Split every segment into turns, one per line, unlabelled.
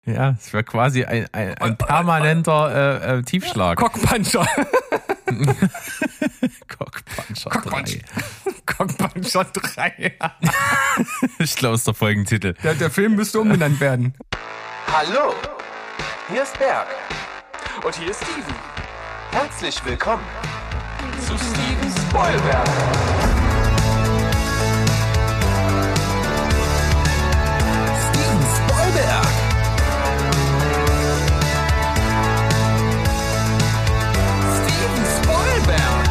Ja, es wäre quasi ein permanenter Tiefschlag.
Cockpuncher.
Cockpuncher 3.
Cockpuncher 3.
Ich glaube, es ist der Folgentitel.
Der Film müsste umbenannt werden.
Hallo, hier ist Berg.
Und hier ist Steven.
Herzlich willkommen zu Steven Spoilberg. Steven Spoilberg. Steven Spoilberg.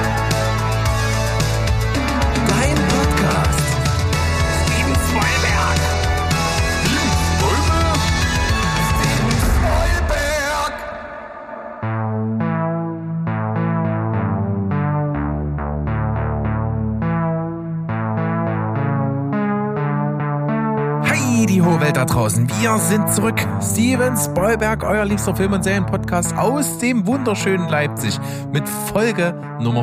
Dein Podcast. Steven Spoilberg. Steven Spoilberg. Steven Spoilberg.
Hi, die hohe Welt da draußen. Wir sind zurück. Steven Spoilberg, euer liebster Film- und Serienpodcast aus dem wunderschönen Leipzig mit Folge Nummer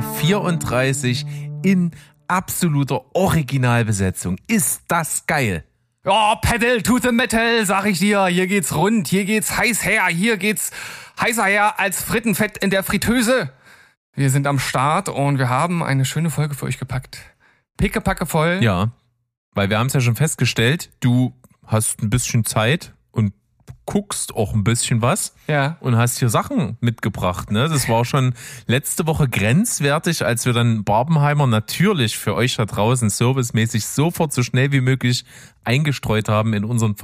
34 in absoluter Originalbesetzung. Ist das geil?
Oh, Pedal to the Metal, sag ich dir. Hier geht's rund, hier geht's heiß her, hier geht's heißer her als Frittenfett in der Fritteuse. Wir sind am Start und wir haben eine schöne Folge für euch gepackt. Pickepacke voll.
Ja, weil wir haben es ja schon festgestellt, du hast ein bisschen Zeit und guckst auch ein bisschen was.
Ja.
Und hast hier Sachen mitgebracht, ne? Das war schon letzte Woche grenzwertig, als wir dann Barbenheimer natürlich für euch da draußen servicemäßig sofort so schnell wie möglich eingestreut haben in unseren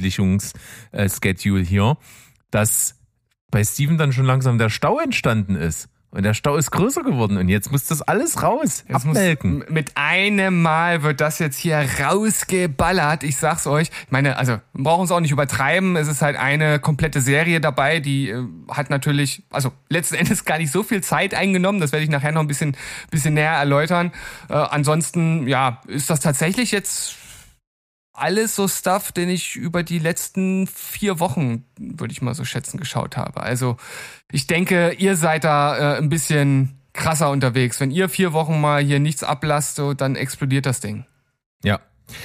Veröffentlichungsschedule hier, dass bei Steven dann schon langsam der Stau entstanden ist. Und der Stau ist größer geworden und jetzt muss das alles raus, abmelken.
Mit einem Mal wird das jetzt hier rausgeballert. Ich sag's euch. Ich meine, also wir brauchen es auch nicht übertreiben. Es ist halt eine komplette Serie dabei, die hat natürlich, also letzten Endes gar nicht so viel Zeit eingenommen. Das werde ich nachher noch ein bisschen näher erläutern. Ansonsten, ja, ist das tatsächlich jetzt alles so Stuff, den ich über die letzten 4 Wochen, würde ich mal so schätzen, geschaut habe. Also ich denke, ihr seid da ein bisschen krasser unterwegs. Wenn ihr 4 Wochen mal hier nichts ablasst, so, dann explodiert das Ding.
Ja.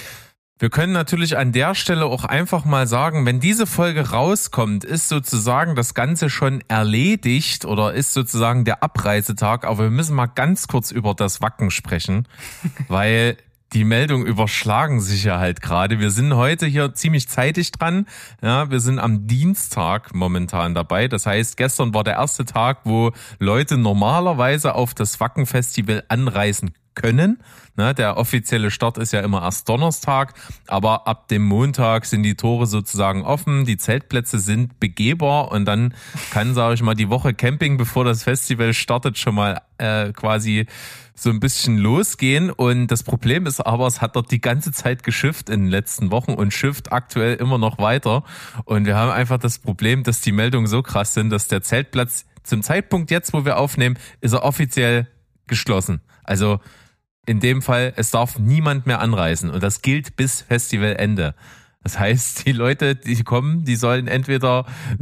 Wir können natürlich an der Stelle auch einfach mal sagen, wenn diese Folge rauskommt, ist sozusagen das Ganze schon erledigt oder ist sozusagen der Abreisetag. Aber wir müssen mal ganz kurz über das Wacken sprechen, weil die Meldungen überschlagen sich ja halt gerade. Wir sind heute hier ziemlich zeitig dran. Ja, wir sind am Dienstag momentan dabei. Das heißt, gestern war der erste Tag, wo Leute normalerweise auf das Wacken-Festival anreisen können. Na, der offizielle Start ist ja immer erst Donnerstag, aber ab dem Montag sind die Tore sozusagen offen, die Zeltplätze sind begehbar und dann kann, sage ich mal, die Woche Camping, bevor das Festival startet, schon mal quasi so ein bisschen losgehen. Und das Problem ist aber, es hat dort die ganze Zeit geschifft in den letzten Wochen und schifft aktuell immer noch weiter. Und wir haben einfach das Problem, dass die Meldungen so krass sind, dass der Zeltplatz zum Zeitpunkt jetzt, wo wir aufnehmen, ist er offiziell geschlossen. Also in dem Fall, es darf niemand mehr anreisen und das gilt bis Festivalende. Das heißt, die Leute, die kommen, die sollen entweder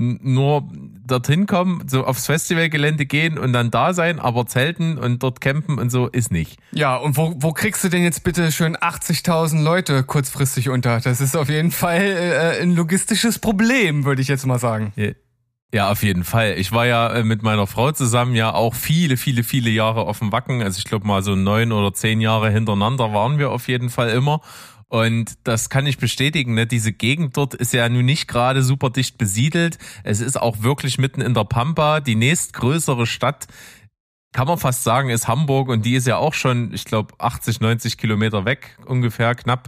nur dorthin kommen, so aufs Festivalgelände gehen und dann da sein, aber zelten und dort campen und so ist nicht.
Ja, und wo kriegst du denn jetzt bitte schön 80.000 Leute kurzfristig unter? Das ist auf jeden Fall ein logistisches Problem, würde ich jetzt mal sagen.
Ja, auf jeden Fall. Ich war ja mit meiner Frau zusammen ja auch viele Jahre auf dem Wacken. Also ich glaube mal so 9 oder 10 Jahre hintereinander waren wir auf jeden Fall immer. Und das kann ich bestätigen, ne? Diese Gegend dort ist ja nun nicht gerade super dicht besiedelt. Es ist auch wirklich mitten in der Pampa. Die nächstgrößere Stadt, kann man fast sagen, ist Hamburg und die ist ja auch schon, ich glaube, 80, 90 Kilometer weg, ungefähr knapp.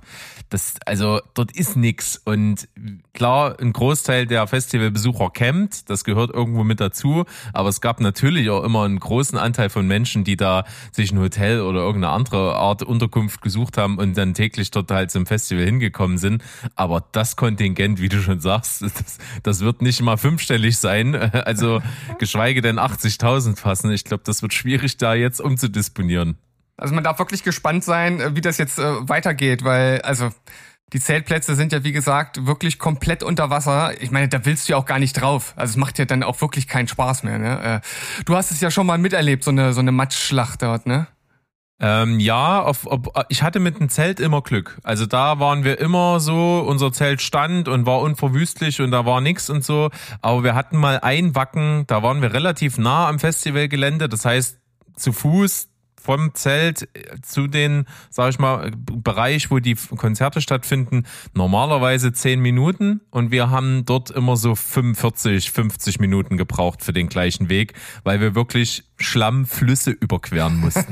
Also dort ist nix. Und klar, ein Großteil der Festivalbesucher campt, das gehört irgendwo mit dazu, aber es gab natürlich auch immer einen großen Anteil von Menschen, die da sich ein Hotel oder irgendeine andere Art Unterkunft gesucht haben und dann täglich dort halt zum Festival hingekommen sind. Aber das Kontingent, wie du schon sagst, das wird nicht mal 5-stellig sein, also geschweige denn 80.000 fassen. Ich glaube, das wird schwierig, da jetzt umzudisponieren.
Also man darf wirklich gespannt sein, wie das jetzt weitergeht, weil also die Zeltplätze sind ja wie gesagt wirklich komplett unter Wasser. Ich meine, da willst du ja auch gar nicht drauf. Also es macht ja dann auch wirklich keinen Spaß mehr. Ne? Du hast es ja schon mal miterlebt, so eine Matschschlacht dort, ne?
Ja, ich hatte mit dem Zelt immer Glück. Also da waren wir immer so, unser Zelt stand und war unverwüstlich und da war nix und so. Aber wir hatten mal ein Wacken, da waren wir relativ nah am Festivalgelände. Das heißt, zu Fuß vom Zelt zu den, sag ich mal, Bereich, wo die Konzerte stattfinden, normalerweise 10 Minuten und wir haben dort immer so 45, 50 Minuten gebraucht für den gleichen Weg, weil wir wirklich Schlammflüsse überqueren mussten.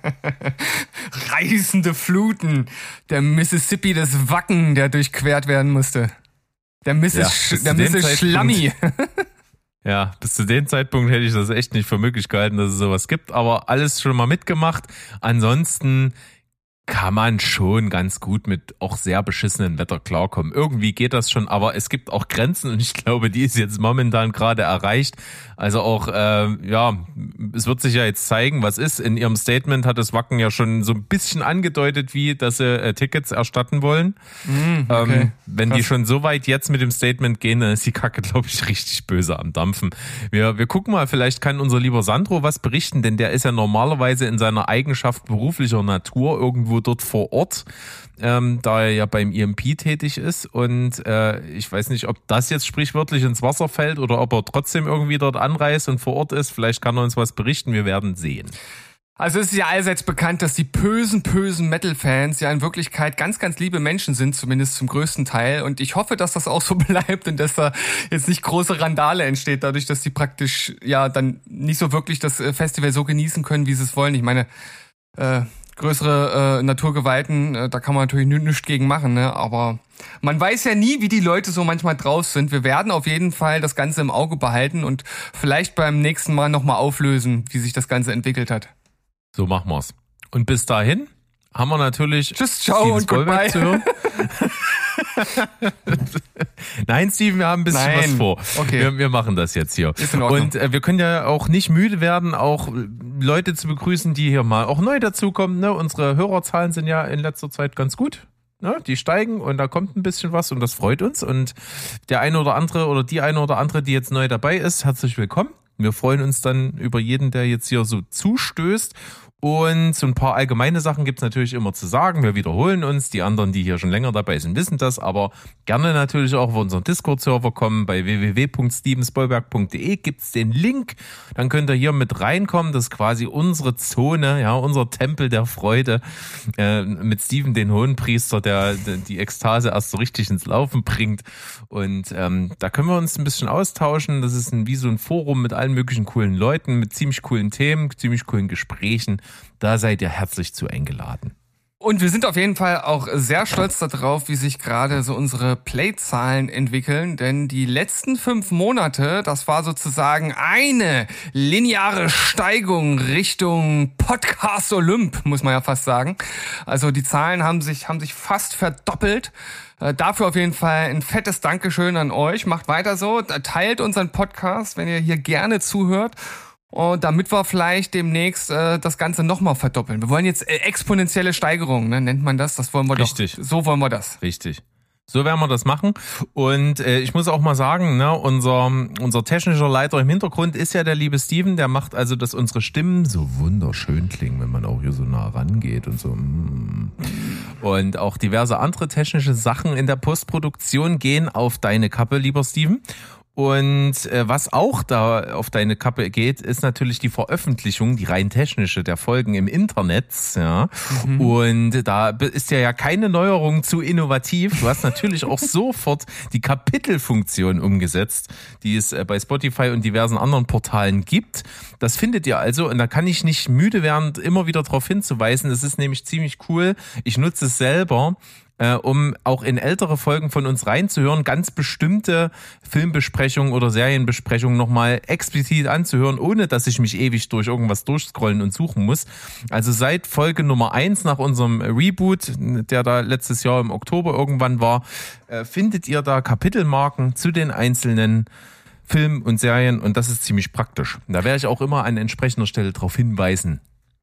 Reißende Fluten. Der Mississippi des Wacken, der durchquert werden musste. Der Mrs. Schlammi.
Ja, bis zu dem Zeitpunkt hätte ich das echt nicht für möglich gehalten, dass es sowas gibt, aber alles schon mal mitgemacht. Ansonsten kann man schon ganz gut mit auch sehr beschissenem Wetter klarkommen. Irgendwie geht das schon, aber es gibt auch Grenzen und ich glaube, die ist jetzt momentan gerade erreicht. Also auch, es wird sich ja jetzt zeigen, was ist. In ihrem Statement hat das Wacken ja schon so ein bisschen angedeutet, wie, dass sie Tickets erstatten wollen.
Okay.
Wenn die schon so weit jetzt mit dem Statement gehen, dann ist die Kacke, glaube ich, richtig böse am Dampfen. Wir gucken mal, vielleicht kann unser lieber Sandro was berichten, denn der ist ja normalerweise in seiner Eigenschaft beruflicher Natur irgendwo dort vor Ort, da er ja beim EMP tätig ist und ich weiß nicht, ob das jetzt sprichwörtlich ins Wasser fällt oder ob er trotzdem irgendwie dort anreist und vor Ort ist. Vielleicht kann er uns was berichten, wir werden sehen.
Also es ist ja allseits bekannt, dass die bösen Metal-Fans ja in Wirklichkeit ganz, ganz liebe Menschen sind, zumindest zum größten Teil. Und ich hoffe, dass das auch so bleibt und dass da jetzt nicht große Randale entsteht, dadurch, dass die praktisch ja dann nicht so wirklich das Festival so genießen können, wie sie es wollen. Ich meine, größere Naturgewalten, da kann man natürlich nichts gegen machen, ne? Aber man weiß ja nie, wie die Leute so manchmal drauf sind. Wir werden auf jeden Fall das Ganze im Auge behalten und vielleicht beim nächsten Mal nochmal auflösen, wie sich das Ganze entwickelt hat.
So machen wir's. Und bis dahin haben wir natürlich
Tschüss, ciao
Steven
und goodbye.
zu hören. Nein, Steven, wir haben ein bisschen was vor.
Okay.
Wir machen das jetzt hier.
Ist in Ordnung.
Und wir können ja auch nicht müde werden, auch Leute zu begrüßen, die hier mal auch neu dazukommen. Ne? Unsere Hörerzahlen sind ja in letzter Zeit ganz gut. Ne? Die steigen und da kommt ein bisschen was und das freut uns. Und der eine oder andere oder die eine oder andere, die jetzt neu dabei ist, herzlich willkommen. Wir freuen uns dann über jeden, der jetzt hier so zustößt. Und so ein paar allgemeine Sachen gibt's natürlich immer zu sagen. Wir wiederholen uns. Die anderen, die hier schon länger dabei sind, wissen das. Aber gerne natürlich auch auf unseren Discord-Server kommen. Bei www.stevenspoilberg.de gibt's den Link. Dann könnt ihr hier mit reinkommen. Das ist quasi unsere Zone, ja, unser Tempel der Freude. Mit Steven, den Hohenpriester, der die Ekstase erst so richtig ins Laufen bringt. Und da können wir uns ein bisschen austauschen. Das ist wie so ein Forum mit allen möglichen coolen Leuten, mit ziemlich coolen Themen, ziemlich coolen Gesprächen. Da seid ihr herzlich zu eingeladen.
Und wir sind auf jeden Fall auch sehr stolz darauf, wie sich gerade so unsere Playzahlen entwickeln, denn die letzten 5 Monate, das war sozusagen eine lineare Steigung Richtung Podcast Olymp, muss man ja fast sagen. Also die Zahlen haben sich fast verdoppelt. Dafür auf jeden Fall ein fettes Dankeschön an euch. Macht weiter so, teilt unseren Podcast, wenn ihr hier gerne zuhört. Und damit wir vielleicht demnächst das Ganze nochmal verdoppeln. Wir wollen jetzt exponentielle Steigerung, ne? Nennt man das? Das wollen wir
Richtig.
Doch. So wollen wir das.
Richtig. So werden wir das machen. Und ich muss auch mal sagen, ne, unser technischer Leiter im Hintergrund ist ja der liebe Steven. Der macht also, dass unsere Stimmen so wunderschön klingen, wenn man auch hier so nah rangeht und so. Und auch diverse andere technische Sachen in der Postproduktion gehen auf deine Kappe, lieber Steven. Und was auch da auf deine Kappe geht, ist natürlich die Veröffentlichung, die rein technische der Folgen im Internet. Ja. Und da ist ja keine Neuerung zu innovativ. Du hast natürlich auch sofort die Kapitelfunktion umgesetzt, die es bei Spotify und diversen anderen Portalen gibt. Das findet ihr also und da kann ich nicht müde werden, immer wieder darauf hinzuweisen. Es ist nämlich ziemlich cool. Ich nutze es selber, um auch in ältere Folgen von uns reinzuhören, ganz bestimmte Filmbesprechungen oder Serienbesprechungen nochmal explizit anzuhören, ohne dass ich mich ewig durch irgendwas durchscrollen und suchen muss. Also seit Folge Nummer 1 nach unserem Reboot, der da letztes Jahr im Oktober irgendwann war, findet ihr da Kapitelmarken zu den einzelnen Filmen und Serien und das ist ziemlich praktisch. Da werde ich auch immer an entsprechender Stelle darauf hinweisen.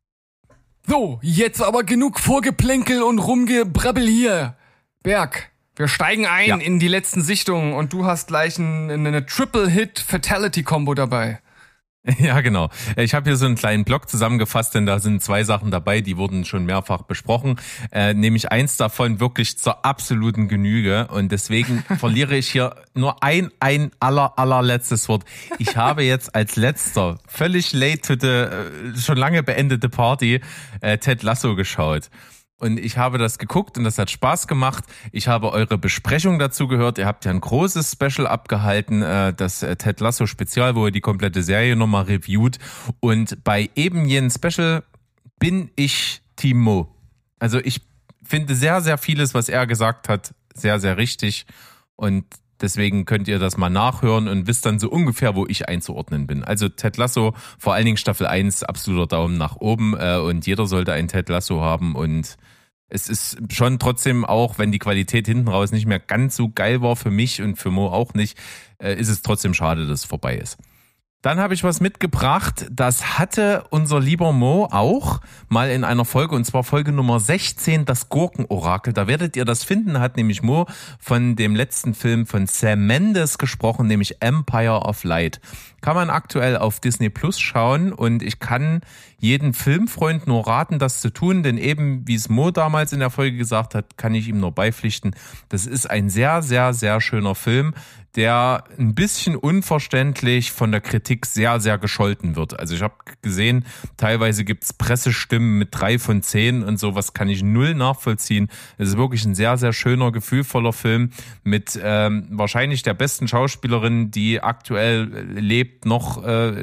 So, jetzt aber genug Vorgeplänkel und Rumgebrabbel hier. Berg, wir steigen ein in die letzten Sichtungen und du hast gleich eine Triple-Hit-Fatality-Kombo dabei.
Ja, genau. Ich habe hier so einen kleinen Blog zusammengefasst, denn da sind 2 Sachen dabei, die wurden schon mehrfach besprochen. Nämlich eins davon wirklich zur absoluten Genüge. Und deswegen verliere ich hier nur ein allerletztes Wort. Ich habe jetzt als letzter, völlig late to the schon lange beendete Party, Ted Lasso geschaut. Und ich habe das geguckt und das hat Spaß gemacht. Ich habe eure Besprechung dazu gehört. Ihr habt ja ein großes Special abgehalten, das Ted Lasso Spezial, wo ihr die komplette Serie nochmal reviewt. Und bei eben jenem Special bin ich Team Mo. Also ich finde sehr, sehr vieles, was er gesagt hat, sehr, sehr richtig. Und deswegen könnt ihr das mal nachhören und wisst dann so ungefähr, wo ich einzuordnen bin. Also Ted Lasso, vor allen Dingen Staffel 1, absoluter Daumen nach oben. Und jeder sollte einen Ted Lasso haben. Und es ist schon trotzdem auch, wenn die Qualität hinten raus nicht mehr ganz so geil war für mich und für Mo auch nicht, ist es trotzdem schade, dass es vorbei ist. Dann habe ich was mitgebracht, das hatte unser lieber Mo auch mal in einer Folge, und zwar Folge Nummer 16, das Gurkenorakel. Da werdet ihr das finden, hat nämlich Mo von dem letzten Film von Sam Mendes gesprochen, nämlich Empire of Light. Kann man aktuell auf Disney Plus schauen und ich kann jeden Filmfreund nur raten, das zu tun, denn eben, wie es Mo damals in der Folge gesagt hat, kann ich ihm nur beipflichten. Das ist ein sehr, sehr, sehr schöner Film, der ein bisschen unverständlich von der Kritik sehr, sehr gescholten wird. Also ich habe gesehen, teilweise gibt's Pressestimmen mit 3 von 10 und sowas kann ich null nachvollziehen. Es ist wirklich ein sehr, sehr schöner, gefühlvoller Film mit wahrscheinlich der besten Schauspielerin, die aktuell lebt, noch,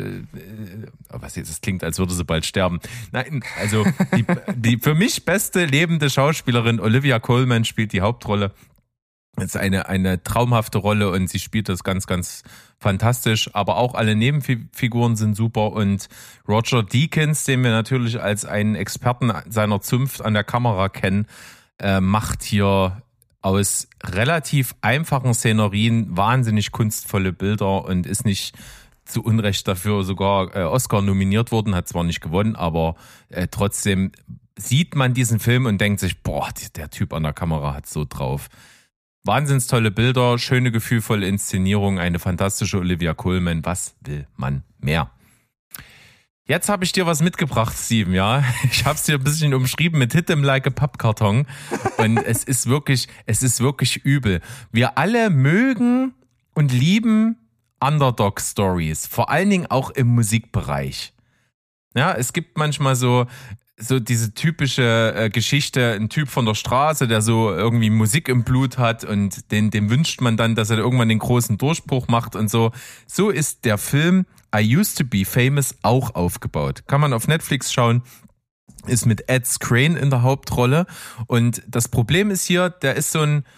was jetzt, das klingt, als würde sie bald sterben. Nein, also die für mich beste lebende Schauspielerin, Olivia Colman, spielt die Hauptrolle. Es ist eine traumhafte Rolle und sie spielt das ganz, ganz fantastisch. Aber auch alle Nebenfiguren sind super und Roger Deakins, den wir natürlich als einen Experten seiner Zunft an der Kamera kennen, macht hier aus relativ einfachen Szenerien wahnsinnig kunstvolle Bilder und ist nicht zu Unrecht dafür sogar Oscar nominiert worden, hat zwar nicht gewonnen, aber trotzdem sieht man diesen Film und denkt sich, boah, der Typ an der Kamera hat so drauf. Wahnsinns tolle Bilder, schöne, gefühlvolle Inszenierung, eine fantastische Olivia Colman. Was will man mehr? Jetzt habe ich dir was mitgebracht, Steven, ja. Ich habe es dir ein bisschen umschrieben mit Hit 'em like a Pappkarton. Und es ist wirklich übel. Wir alle mögen und lieben Underdog-Stories, vor allen Dingen auch im Musikbereich. Ja, es gibt manchmal so diese typische Geschichte, ein Typ von der Straße, der so irgendwie Musik im Blut hat und dem wünscht man dann, dass er irgendwann den großen Durchbruch macht und so. So ist der Film I Used to Be Famous auch aufgebaut. Kann man auf Netflix schauen, ist mit Ed Skrein in der Hauptrolle und das Problem ist hier, der ist so ein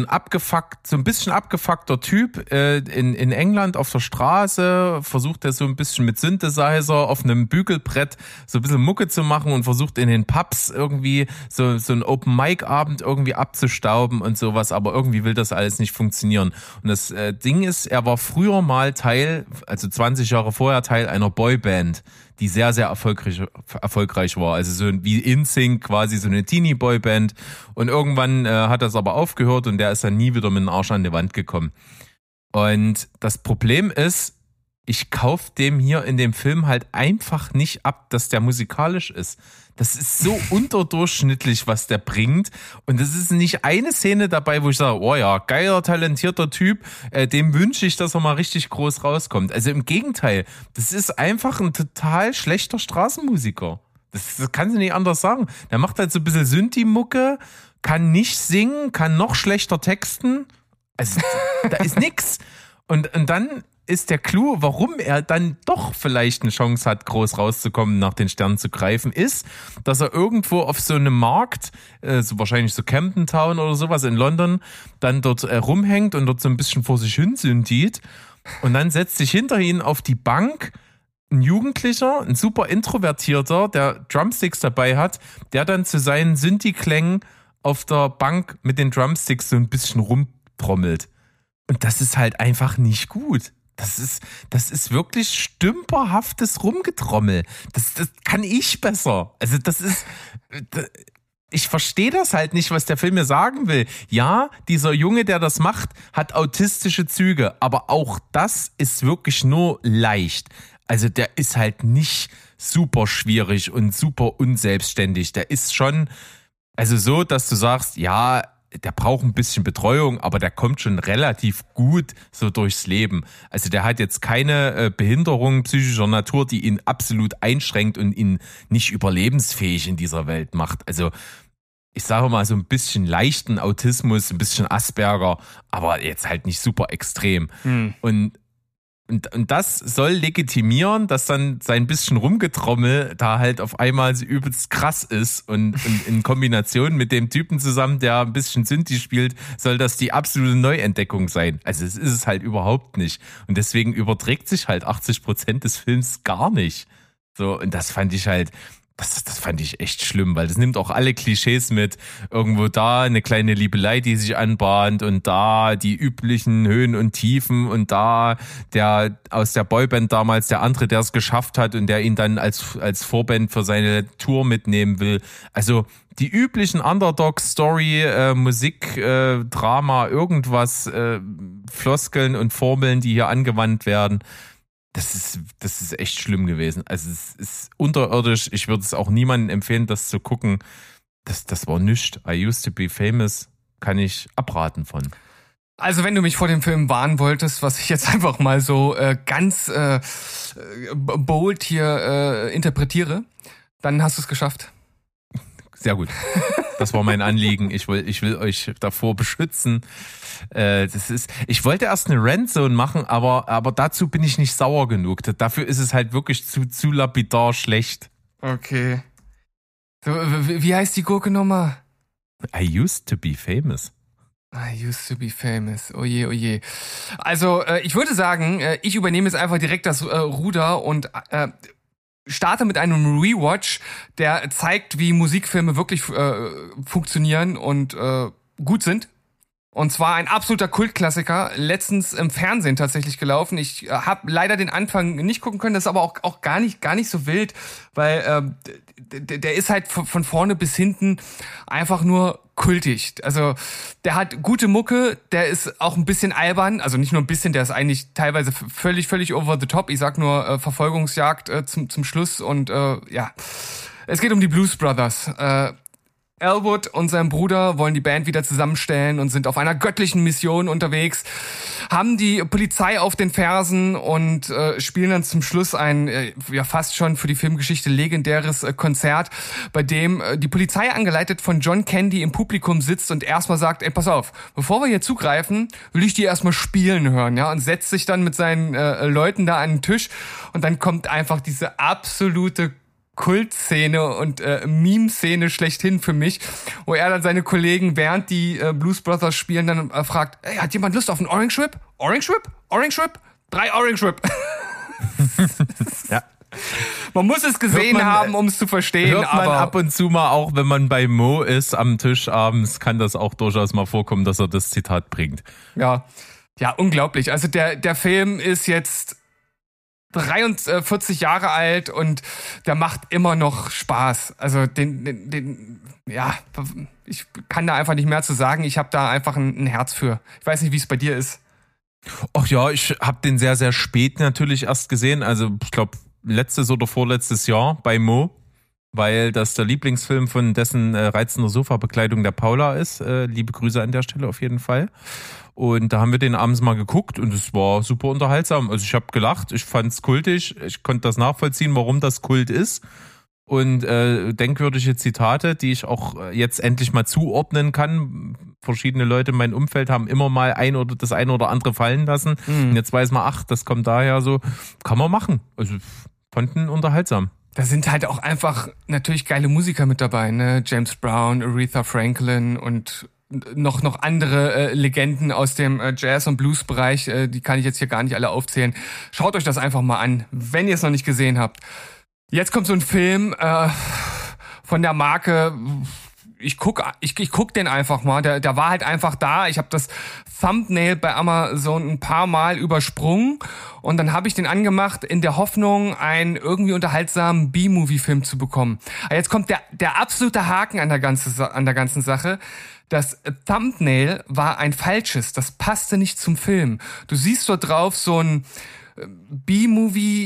bisschen abgefuckter Typ in England auf der Straße, versucht er so ein bisschen mit Synthesizer auf einem Bügelbrett so ein bisschen Mucke zu machen und versucht in den Pubs irgendwie so einen Open-Mic-Abend irgendwie abzustauben und sowas, aber irgendwie will das alles nicht funktionieren. Und das Ding ist, er war früher mal also 20 Jahre vorher Teil einer Boyband, die sehr, sehr erfolgreich war. Also so wie InSync, quasi so eine Teenie-Boyband. Und irgendwann hat das aber aufgehört und der ist dann nie wieder mit dem Arsch an die Wand gekommen. Und das Problem ist, ich kaufe dem hier in dem Film halt einfach nicht ab, dass der musikalisch ist. Das ist so unterdurchschnittlich, was der bringt. Und es ist nicht eine Szene dabei, wo ich sage, oh ja, geiler, talentierter Typ, dem wünsche ich, dass er mal richtig groß rauskommt. Also im Gegenteil, das ist einfach ein total schlechter Straßenmusiker. Das kannst du nicht anders sagen. Der macht halt so ein bisschen Synthi-Mucke, kann nicht singen, kann noch schlechter texten. Also da ist nix. Und dann ist der Clou, warum er dann doch vielleicht eine Chance hat, groß rauszukommen, nach den Sternen zu greifen, ist, dass er irgendwo auf so einem Markt, so wahrscheinlich so Camden Town oder sowas in London, dann dort rumhängt und dort so ein bisschen vor sich hin synthiert. Und dann setzt sich hinter ihn auf die Bank ein Jugendlicher, ein super Introvertierter, der Drumsticks dabei hat, der dann zu seinen Synthi-Klängen auf der Bank mit den Drumsticks so ein bisschen rumtrommelt. Und das ist halt einfach nicht gut. Das ist wirklich stümperhaftes Rumgetrommel. Das kann ich besser. Also ich verstehe das halt nicht, was der Film mir sagen will. Ja, dieser Junge, der das macht, hat autistische Züge, aber auch das ist wirklich nur leicht. Also der ist halt nicht super schwierig und super unselbstständig. Der ist schon, also so, dass du sagst, ja, der braucht ein bisschen Betreuung, aber der kommt schon relativ gut so durchs Leben. Also der hat jetzt keine Behinderung psychischer Natur, die ihn absolut einschränkt und ihn nicht überlebensfähig in dieser Welt macht. Also ich sage mal so ein bisschen leichten Autismus, ein bisschen Asperger, aber jetzt halt nicht super extrem. Und das soll legitimieren, dass dann sein bisschen Rumgetrommel da halt auf einmal so übelst krass ist und in Kombination mit dem Typen zusammen, der ein bisschen Synthi spielt, soll das die absolute Neuentdeckung sein. Also es ist es halt überhaupt nicht. Und deswegen überträgt sich halt 80% des Films gar nicht. So, und das fand ich halt, das fand ich echt schlimm, weil das nimmt auch alle Klischees mit. Irgendwo da eine kleine Liebelei, die sich anbahnt und da die üblichen Höhen und Tiefen und da der aus der Boyband damals, der andere, der es geschafft hat und der ihn dann als Vorband für seine Tour mitnehmen will. Also die üblichen Underdog-Story, Musik, Drama, irgendwas, Floskeln und Formeln, die hier angewandt werden. Das ist echt schlimm gewesen. Also es ist unterirdisch. Ich würde es auch niemandem empfehlen, das zu gucken. Das war nichts. I Used to Be Famous kann ich abraten von.
Also wenn du mich vor dem Film warnen wolltest, was ich jetzt einfach mal so ganz bold hier interpretiere, dann hast du es geschafft.
Sehr gut. Das war mein Anliegen. Ich will euch davor beschützen. Ich wollte erst eine Randzone machen, aber dazu bin ich nicht sauer genug. Dafür ist es halt wirklich zu lapidar schlecht.
Okay. So, wie heißt die Gurke nochmal?
I used to be famous.
I used to be famous. Oje, oje. Also, ich würde sagen, ich übernehme jetzt einfach direkt das Ruder und starte mit einem Rewatch, der zeigt, wie Musikfilme wirklich funktionieren und gut sind. Und zwar ein absoluter Kultklassiker, letztens im Fernsehen tatsächlich gelaufen. Ich habe leider den Anfang nicht gucken können, das ist aber auch gar nicht so wild, weil der ist halt von vorne bis hinten einfach nur kultig. Also der hat gute Mucke, der ist auch ein bisschen albern, also nicht nur ein bisschen, der ist eigentlich teilweise völlig over the top. Ich sag nur Verfolgungsjagd zum Schluss und ja, es geht um die Blues Brothers. Elwood und sein Bruder wollen die Band wieder zusammenstellen und sind auf einer göttlichen Mission unterwegs, haben die Polizei auf den Fersen und spielen dann zum Schluss ein ja fast schon für die Filmgeschichte legendäres Konzert, bei dem die Polizei angeleitet von John Candy im Publikum sitzt und erstmal sagt, ey, pass auf, bevor wir hier zugreifen, will ich die erstmal spielen hören, ja, und setzt sich dann mit seinen Leuten da an den Tisch und dann kommt einfach diese absolute Kultszene und Meme-Szene schlechthin für mich, wo er dann seine Kollegen, während die Blues Brothers spielen, dann fragt, ey, hat jemand Lust auf einen Orange Rib? Orange Rib? Orange Rib? 3 Orange Rib.
Ja.
Man muss es gesehen haben, um es zu verstehen.
Hört man
aber
ab und zu mal auch, wenn man bei Mo ist am Tisch abends, kann das auch durchaus mal vorkommen, dass er das Zitat bringt.
ja, unglaublich. Also der Film ist jetzt 43 Jahre alt und der macht immer noch Spaß. Also ja, ich kann da einfach nicht mehr zu sagen. Ich habe da einfach ein Herz für. Ich weiß nicht, wie es bei dir ist.
Ach ja, ich habe den sehr, sehr spät natürlich erst gesehen. Also ich glaube, letztes oder vorletztes Jahr bei Mo, weil das der Lieblingsfilm von dessen reizender Sofabekleidung der Paula ist. Liebe Grüße an der Stelle auf jeden Fall. Und da haben wir den abends mal geguckt und es war super unterhaltsam. Also ich habe gelacht, ich fand's kultig, ich konnte das nachvollziehen, warum das Kult ist. Und denkwürdige Zitate, die ich auch jetzt endlich mal zuordnen kann. Verschiedene Leute in meinem Umfeld haben immer mal das eine oder andere fallen lassen. Und jetzt weiß man, ach, das kommt daher so. Kann man machen. Also fanden unterhaltsam.
Da sind halt auch einfach natürlich geile Musiker mit dabei, ne? James Brown, Aretha Franklin und noch andere Legenden aus dem Jazz- und Blues-Bereich, die kann ich jetzt hier gar nicht alle aufzählen. Schaut euch das einfach mal an, wenn ihr es noch nicht gesehen habt. Jetzt kommt so ein Film von der Marke, ich guck den einfach mal, der war halt einfach da. Ich habe das Thumbnail bei Amazon ein paar Mal übersprungen und dann habe ich den angemacht in der Hoffnung, einen irgendwie unterhaltsamen B-Movie-Film zu bekommen. Aber jetzt kommt der absolute Haken an der ganzen Sache. Das Thumbnail war ein falsches, das passte nicht zum Film. Du siehst dort drauf so ein B-Movie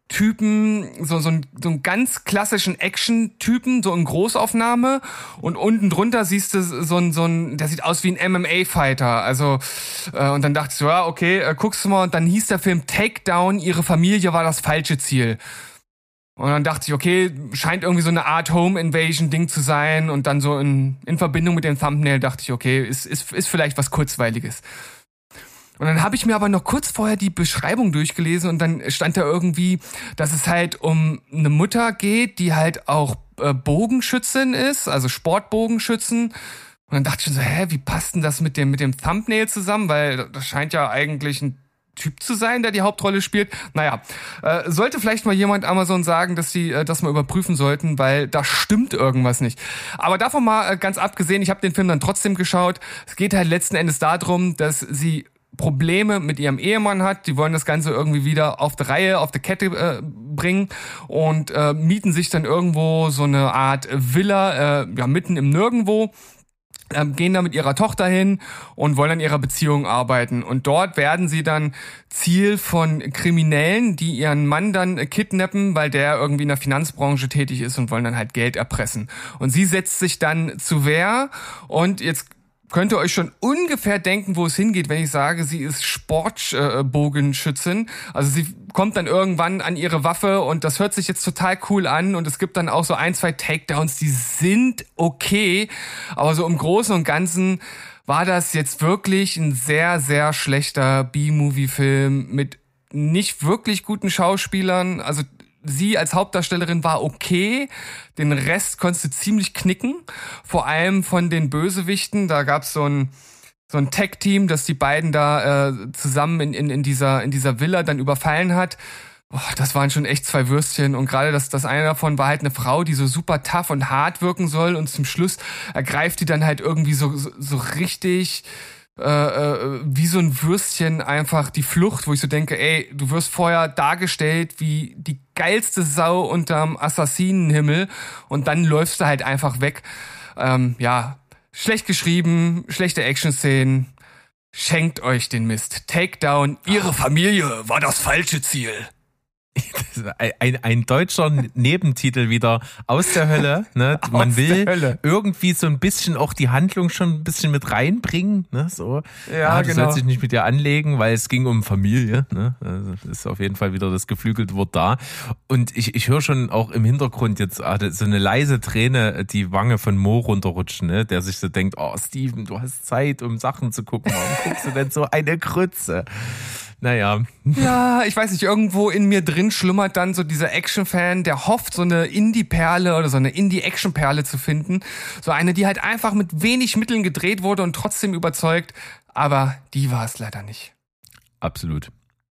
Typen, so einen ganz klassischen Action-Typen, so in Großaufnahme, und unten drunter siehst du der sieht aus wie ein MMA-Fighter, also und dann dachte ich so, ja, okay, guckst du mal, und dann hieß der Film Takedown, ihre Familie war das falsche Ziel. Und dann dachte ich, okay, scheint irgendwie so eine Art Home-Invasion-Ding zu sein, und dann so in Verbindung mit dem Thumbnail dachte ich, okay, ist vielleicht was Kurzweiliges. Und dann habe ich mir aber noch kurz vorher die Beschreibung durchgelesen, und dann stand da irgendwie, dass es halt um eine Mutter geht, die halt auch Bogenschützin ist, also Sportbogenschützen. Und dann dachte ich schon so, wie passt denn das mit dem Thumbnail zusammen? Weil das scheint ja eigentlich ein Typ zu sein, der die Hauptrolle spielt. Naja, sollte vielleicht mal jemand Amazon sagen, dass sie das mal überprüfen sollten, weil da stimmt irgendwas nicht. Aber davon mal ganz abgesehen, ich habe den Film dann trotzdem geschaut. Es geht halt letzten Endes darum, dass sie Probleme mit ihrem Ehemann hat. Die wollen das Ganze irgendwie wieder auf die Reihe, auf die Kette bringen, und mieten sich dann irgendwo so eine Art Villa, mitten im Nirgendwo. Gehen da mit ihrer Tochter hin und wollen an ihrer Beziehung arbeiten. Und dort werden sie dann Ziel von Kriminellen, die ihren Mann dann kidnappen, weil der irgendwie in der Finanzbranche tätig ist, und wollen dann halt Geld erpressen. Und sie setzt sich dann zur Wehr, und jetzt könnt ihr euch schon ungefähr denken, wo es hingeht, wenn ich sage, sie ist Sportbogenschützin. Also sie kommt dann irgendwann an ihre Waffe, und das hört sich jetzt total cool an, und es gibt dann auch so 1, 2 Takedowns, die sind okay, aber so im Großen und Ganzen war das jetzt wirklich ein sehr, sehr schlechter B-Movie-Film mit nicht wirklich guten Schauspielern. Also sie als Hauptdarstellerin war okay, den Rest konntest du ziemlich knicken, vor allem von den Bösewichten. Da gab's so ein Tag-Team, das die beiden da zusammen in dieser Villa dann überfallen hat. Boah, das waren schon echt 2 Würstchen, und gerade das eine davon war halt eine Frau, die so super tough und hart wirken soll, und zum Schluss ergreift die dann halt irgendwie so richtig wie so ein Würstchen einfach die Flucht, wo ich so denke, ey, du wirst vorher dargestellt wie die geilste Sau unterm Assassinenhimmel, und dann läufst du halt einfach weg. Schlecht geschrieben, schlechte Action-Szenen. Schenkt euch den Mist. Takedown, ihre Familie war das falsche Ziel.
Ein deutscher Nebentitel wieder aus der Hölle. Ne? Man will irgendwie so ein bisschen auch die Handlung schon ein bisschen mit reinbringen. Ne? So.
Ja,
du
genau.
sollst dich nicht mit dir anlegen, weil es ging um Familie. Ne? Also ist auf jeden Fall wieder das geflügelte Wort da. Und ich höre schon auch im Hintergrund jetzt so eine leise Träne die Wange von Mo runterrutschen, ne? Der sich so denkt, oh Steven, du hast Zeit, um Sachen zu gucken. Warum guckst du denn so eine Krütze? Naja.
Ja, ich weiß nicht, irgendwo in mir drin schlummert dann so dieser Action-Fan, der hofft, so eine Indie-Perle oder so eine Indie-Action-Perle zu finden. So eine, die halt einfach mit wenig Mitteln gedreht wurde und trotzdem überzeugt. Aber die war es leider nicht.
Absolut.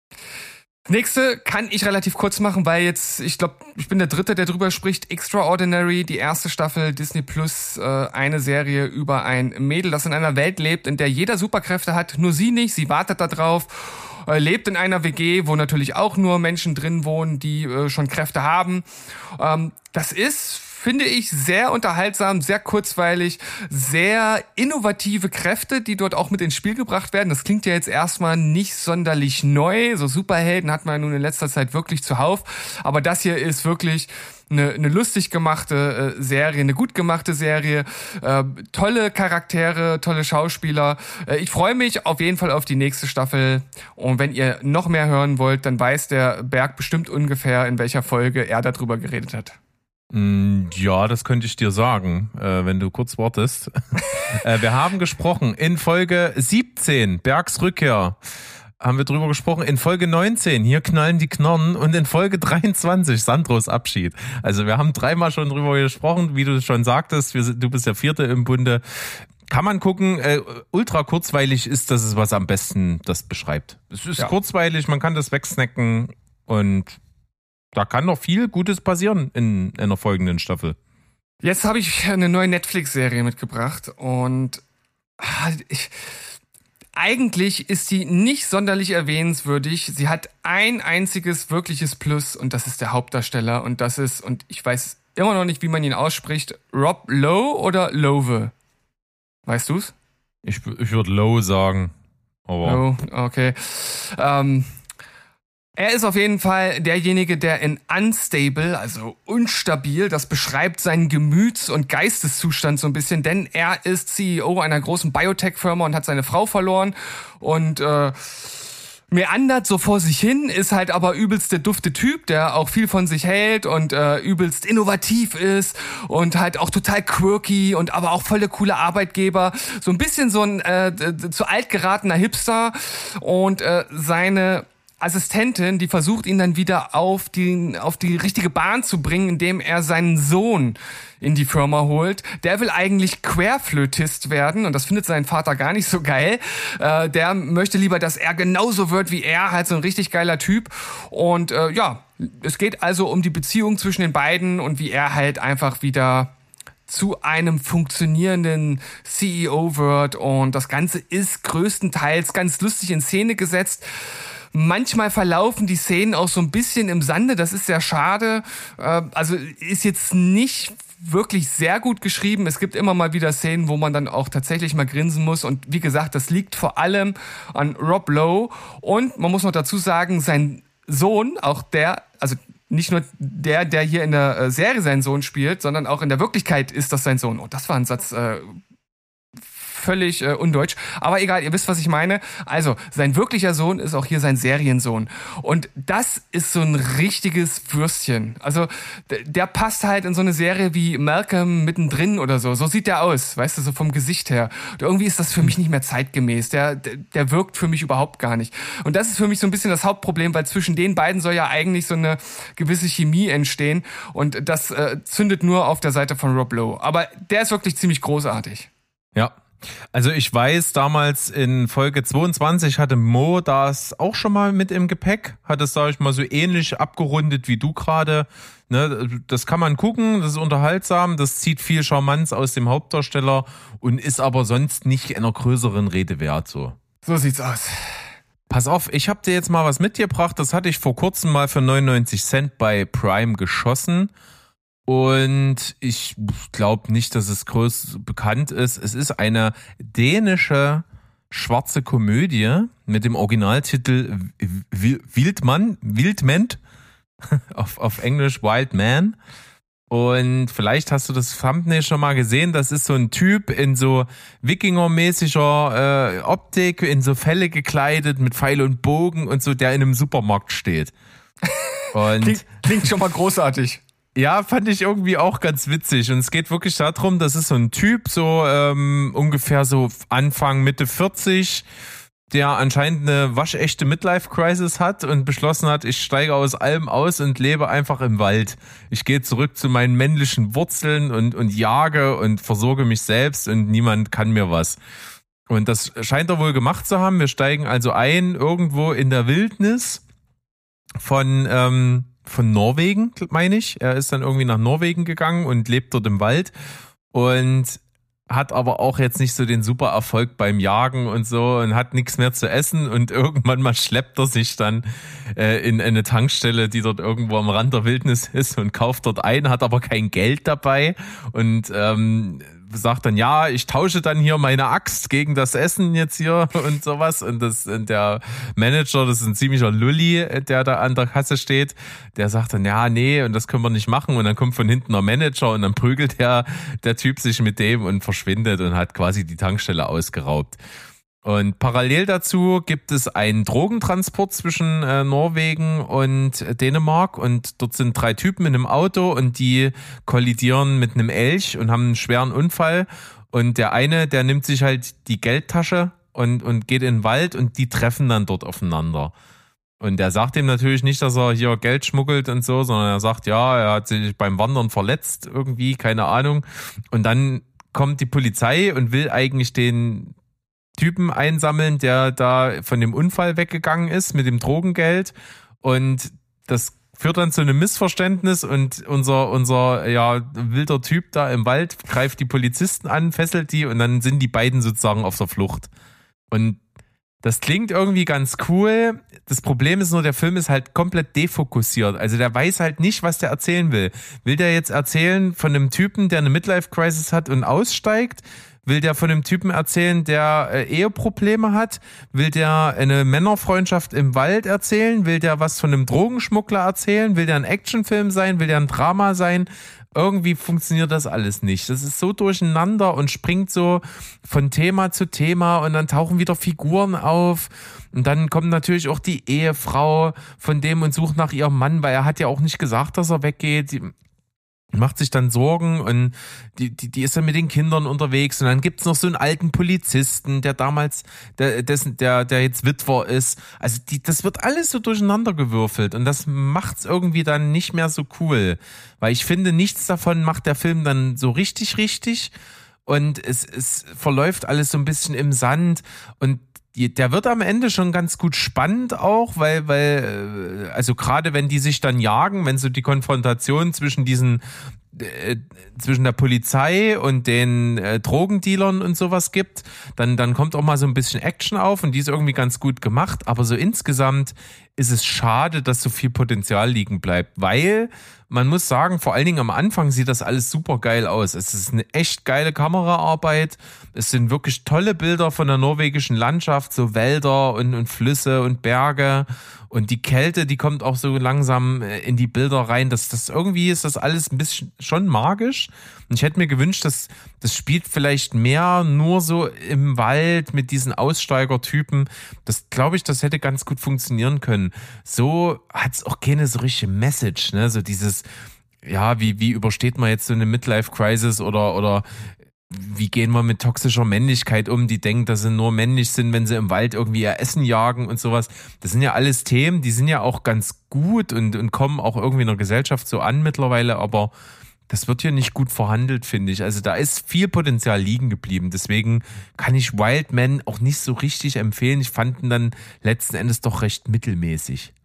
Nächste kann ich relativ kurz machen, weil jetzt, ich glaube, ich bin der Dritte, der drüber spricht. Extraordinary, die erste Staffel Disney Plus, eine Serie über ein Mädel, das in einer Welt lebt, in der jeder Superkräfte hat, nur sie nicht, sie wartet da drauf. Lebt in einer WG, wo natürlich auch nur Menschen drin wohnen, die schon Kräfte haben. Das ist, finde ich, sehr unterhaltsam, sehr kurzweilig, sehr innovative Kräfte, die dort auch mit ins Spiel gebracht werden. Das klingt ja jetzt erstmal nicht sonderlich neu. So Superhelden hat man ja nun in letzter Zeit wirklich zuhauf. Aber das hier ist wirklich eine lustig gemachte Serie, eine gut gemachte Serie, tolle Charaktere, tolle Schauspieler. Ich freue mich auf jeden Fall auf die nächste Staffel, und wenn ihr noch mehr hören wollt, dann weiß der Berg bestimmt ungefähr, in welcher Folge er darüber geredet hat.
Ja, das könnte ich dir sagen, wenn du kurz wartest. Wir haben gesprochen in Folge 17, Bergs Rückkehr. Haben wir drüber gesprochen. In Folge 19, hier knallen die Knorren, und in Folge 23, Sandros Abschied. Also wir haben 3-mal schon drüber gesprochen, wie du schon sagtest, du bist der 4. im Bunde. Kann man gucken, ultra kurzweilig ist, das ist, was am besten das beschreibt. Es ist kurzweilig, man kann das wegsnacken, und da kann noch viel Gutes passieren in einer folgenden Staffel.
Jetzt habe ich eine neue Netflix-Serie mitgebracht, und eigentlich ist sie nicht sonderlich erwähnenswürdig. Sie hat ein einziges wirkliches Plus, und das ist der Hauptdarsteller, und ich weiß immer noch nicht, wie man ihn ausspricht, Rob Lowe oder Lowe? Weißt du's?
Ich würde Lowe sagen. Aber
Lowe, okay. Er ist auf jeden Fall derjenige, der in unstable, also unstabil, das beschreibt seinen Gemüts- und Geisteszustand so ein bisschen, denn er ist CEO einer großen Biotech-Firma und hat seine Frau verloren und meandert so vor sich hin, ist halt aber übelst der dufte Typ, der auch viel von sich hält und übelst innovativ ist und halt auch total quirky und aber auch voll der coole Arbeitgeber. So ein bisschen so ein zu alt geratener Hipster und seine Assistentin, die versucht ihn dann wieder auf die richtige Bahn zu bringen, indem er seinen Sohn in die Firma holt. Der will eigentlich Querflötist werden und das findet sein Vater gar nicht so geil. Der möchte lieber, dass er genauso wird wie er, halt so ein richtig geiler Typ. Und es geht also um die Beziehung zwischen den beiden und wie er halt einfach wieder zu einem funktionierenden CEO wird. Und das Ganze ist größtenteils ganz lustig in Szene gesetzt. Manchmal verlaufen die Szenen auch so ein bisschen im Sande, das ist sehr schade. Also ist jetzt nicht wirklich sehr gut geschrieben. Es gibt immer mal wieder Szenen, wo man dann auch tatsächlich mal grinsen muss. Und wie gesagt, das liegt vor allem an Rob Lowe. Und man muss noch dazu sagen, sein Sohn, auch der, also nicht nur der hier in der Serie seinen Sohn spielt, sondern auch in der Wirklichkeit ist das sein Sohn. Oh, das war ein Satz... völlig undeutsch. Aber egal, ihr wisst, was ich meine. Also, sein wirklicher Sohn ist auch hier sein Seriensohn. Und das ist so ein richtiges Würstchen. Also, der passt halt in so eine Serie wie Malcolm mittendrin oder so. So sieht der aus, weißt du, so vom Gesicht her. Und irgendwie ist das für mich nicht mehr zeitgemäß. Der wirkt für mich überhaupt gar nicht. Und das ist für mich so ein bisschen das Hauptproblem, weil zwischen den beiden soll ja eigentlich so eine gewisse Chemie entstehen. Und das zündet nur auf der Seite von Rob Lowe. Aber der ist wirklich ziemlich großartig.
Ja. Also ich weiß, damals in Folge 22 hatte Mo das auch schon mal mit im Gepäck, hat es, sag ich mal, so ähnlich abgerundet wie du gerade. Ne, das kann man gucken, das ist unterhaltsam, das zieht viel Charmanz aus dem Hauptdarsteller und ist aber sonst nicht einer größeren Rede wert. So
sieht's aus.
Pass auf, ich habe dir jetzt mal was mitgebracht, das hatte ich vor kurzem mal für 99 Cent bei Prime geschossen. Und ich glaube nicht, dass es groß bekannt ist. Es ist eine dänische schwarze Komödie mit dem Originaltitel Wildman, auf Englisch Wild Man. Und vielleicht hast du das Thumbnail schon mal gesehen. Das ist so ein Typ in so Wikinger-mäßiger Optik, in so Felle gekleidet mit Pfeil und Bogen und so, der in einem Supermarkt steht. Und
klingt schon mal großartig.
Ja, fand ich irgendwie auch ganz witzig. Und es geht wirklich darum, das ist so ein Typ, so ungefähr so Anfang, Mitte 40, der anscheinend eine waschechte Midlife-Crisis hat und beschlossen hat, ich steige aus allem aus und lebe einfach im Wald. Ich gehe zurück zu meinen männlichen Wurzeln und jage und versorge mich selbst und niemand kann mir was. Und das scheint er wohl gemacht zu haben. Wir steigen also ein irgendwo in der Wildnis von Norwegen, meine ich. Er ist dann irgendwie nach Norwegen gegangen und lebt dort im Wald und hat aber auch jetzt nicht so den super Erfolg beim Jagen und so und hat nichts mehr zu essen und irgendwann mal schleppt er sich dann in eine Tankstelle, die dort irgendwo am Rand der Wildnis ist und kauft dort ein, hat aber kein Geld dabei und sagt dann, ja, ich tausche dann hier meine Axt gegen das Essen jetzt hier und sowas. Und der Manager, das ist ein ziemlicher Lulli, der da an der Kasse steht, der sagt dann, ja, nee, und das können wir nicht machen. Und dann kommt von hinten der Manager und dann prügelt der Typ sich mit dem und verschwindet und hat quasi die Tankstelle ausgeraubt. Und parallel dazu gibt es einen Drogentransport zwischen Norwegen und Dänemark und dort sind 3 Typen in einem Auto und die kollidieren mit einem Elch und haben einen schweren Unfall und der eine, der nimmt sich halt die Geldtasche und geht in den Wald und die treffen dann dort aufeinander. Und der sagt ihm natürlich nicht, dass er hier Geld schmuggelt und so, sondern er sagt, ja, er hat sich beim Wandern verletzt irgendwie, keine Ahnung. Und dann kommt die Polizei und will eigentlich den Typen einsammeln, der da von dem Unfall weggegangen ist mit dem Drogengeld und das führt dann zu einem Missverständnis und unser wilder Typ da im Wald greift die Polizisten an, fesselt die und dann sind die beiden sozusagen auf der Flucht. Und das klingt irgendwie ganz cool. Das Problem ist nur, der Film ist halt komplett defokussiert. Also der weiß halt nicht, was der erzählen will. Will der jetzt erzählen von einem Typen, der eine Midlife-Crisis hat und aussteigt? Will der von einem Typen erzählen, der Eheprobleme hat? Will der eine Männerfreundschaft im Wald erzählen? Will der was von einem Drogenschmuggler erzählen? Will der ein Actionfilm sein? Will der ein Drama sein? Irgendwie funktioniert das alles nicht. Das ist so durcheinander und springt so von Thema zu Thema und dann tauchen wieder Figuren auf und dann kommt natürlich auch die Ehefrau von dem und sucht nach ihrem Mann, weil er hat ja auch nicht gesagt, dass er weggeht. Die macht sich dann Sorgen und die ist dann mit den Kindern unterwegs und dann gibt's noch so einen alten Polizisten, der damals, der jetzt Witwer ist. Also das wird alles so durcheinander gewürfelt und das macht's irgendwie dann nicht mehr so cool, weil ich finde, nichts davon macht der Film dann so richtig und es verläuft alles so ein bisschen im Sand und der wird am Ende schon ganz gut spannend auch, weil also gerade wenn die sich dann jagen, wenn so die Konfrontation zwischen der Polizei und den Drogendealern und sowas gibt, dann kommt auch mal so ein bisschen Action auf und die ist irgendwie ganz gut gemacht, aber so insgesamt ist es schade, dass so viel Potenzial liegen bleibt, weil man muss sagen, vor allen Dingen am Anfang sieht das alles super geil aus. Es ist eine echt geile Kameraarbeit. Es sind wirklich tolle Bilder von der norwegischen Landschaft, so Wälder und Flüsse und Berge. Und die Kälte, die kommt auch so langsam in die Bilder rein. Das irgendwie ist das alles ein bisschen schon magisch. Und ich hätte mir gewünscht, dass das spielt vielleicht mehr nur so im Wald mit diesen Aussteigertypen. Das glaube ich, das hätte ganz gut funktionieren können. So hat's auch keine so richtige Message, ne? So dieses, ja, wie übersteht man jetzt so eine Midlife-Crisis oder wie gehen wir mit toxischer Männlichkeit um, die denkt, dass sie nur männlich sind, wenn sie im Wald irgendwie ihr Essen jagen und sowas. Das sind ja alles Themen, die sind ja auch ganz gut und kommen auch irgendwie in der Gesellschaft so an mittlerweile, aber das wird hier nicht gut verhandelt, finde ich. Also da ist viel Potenzial liegen geblieben. Deswegen kann ich Wildman auch nicht so richtig empfehlen. Ich fand ihn dann letzten Endes doch recht mittelmäßig.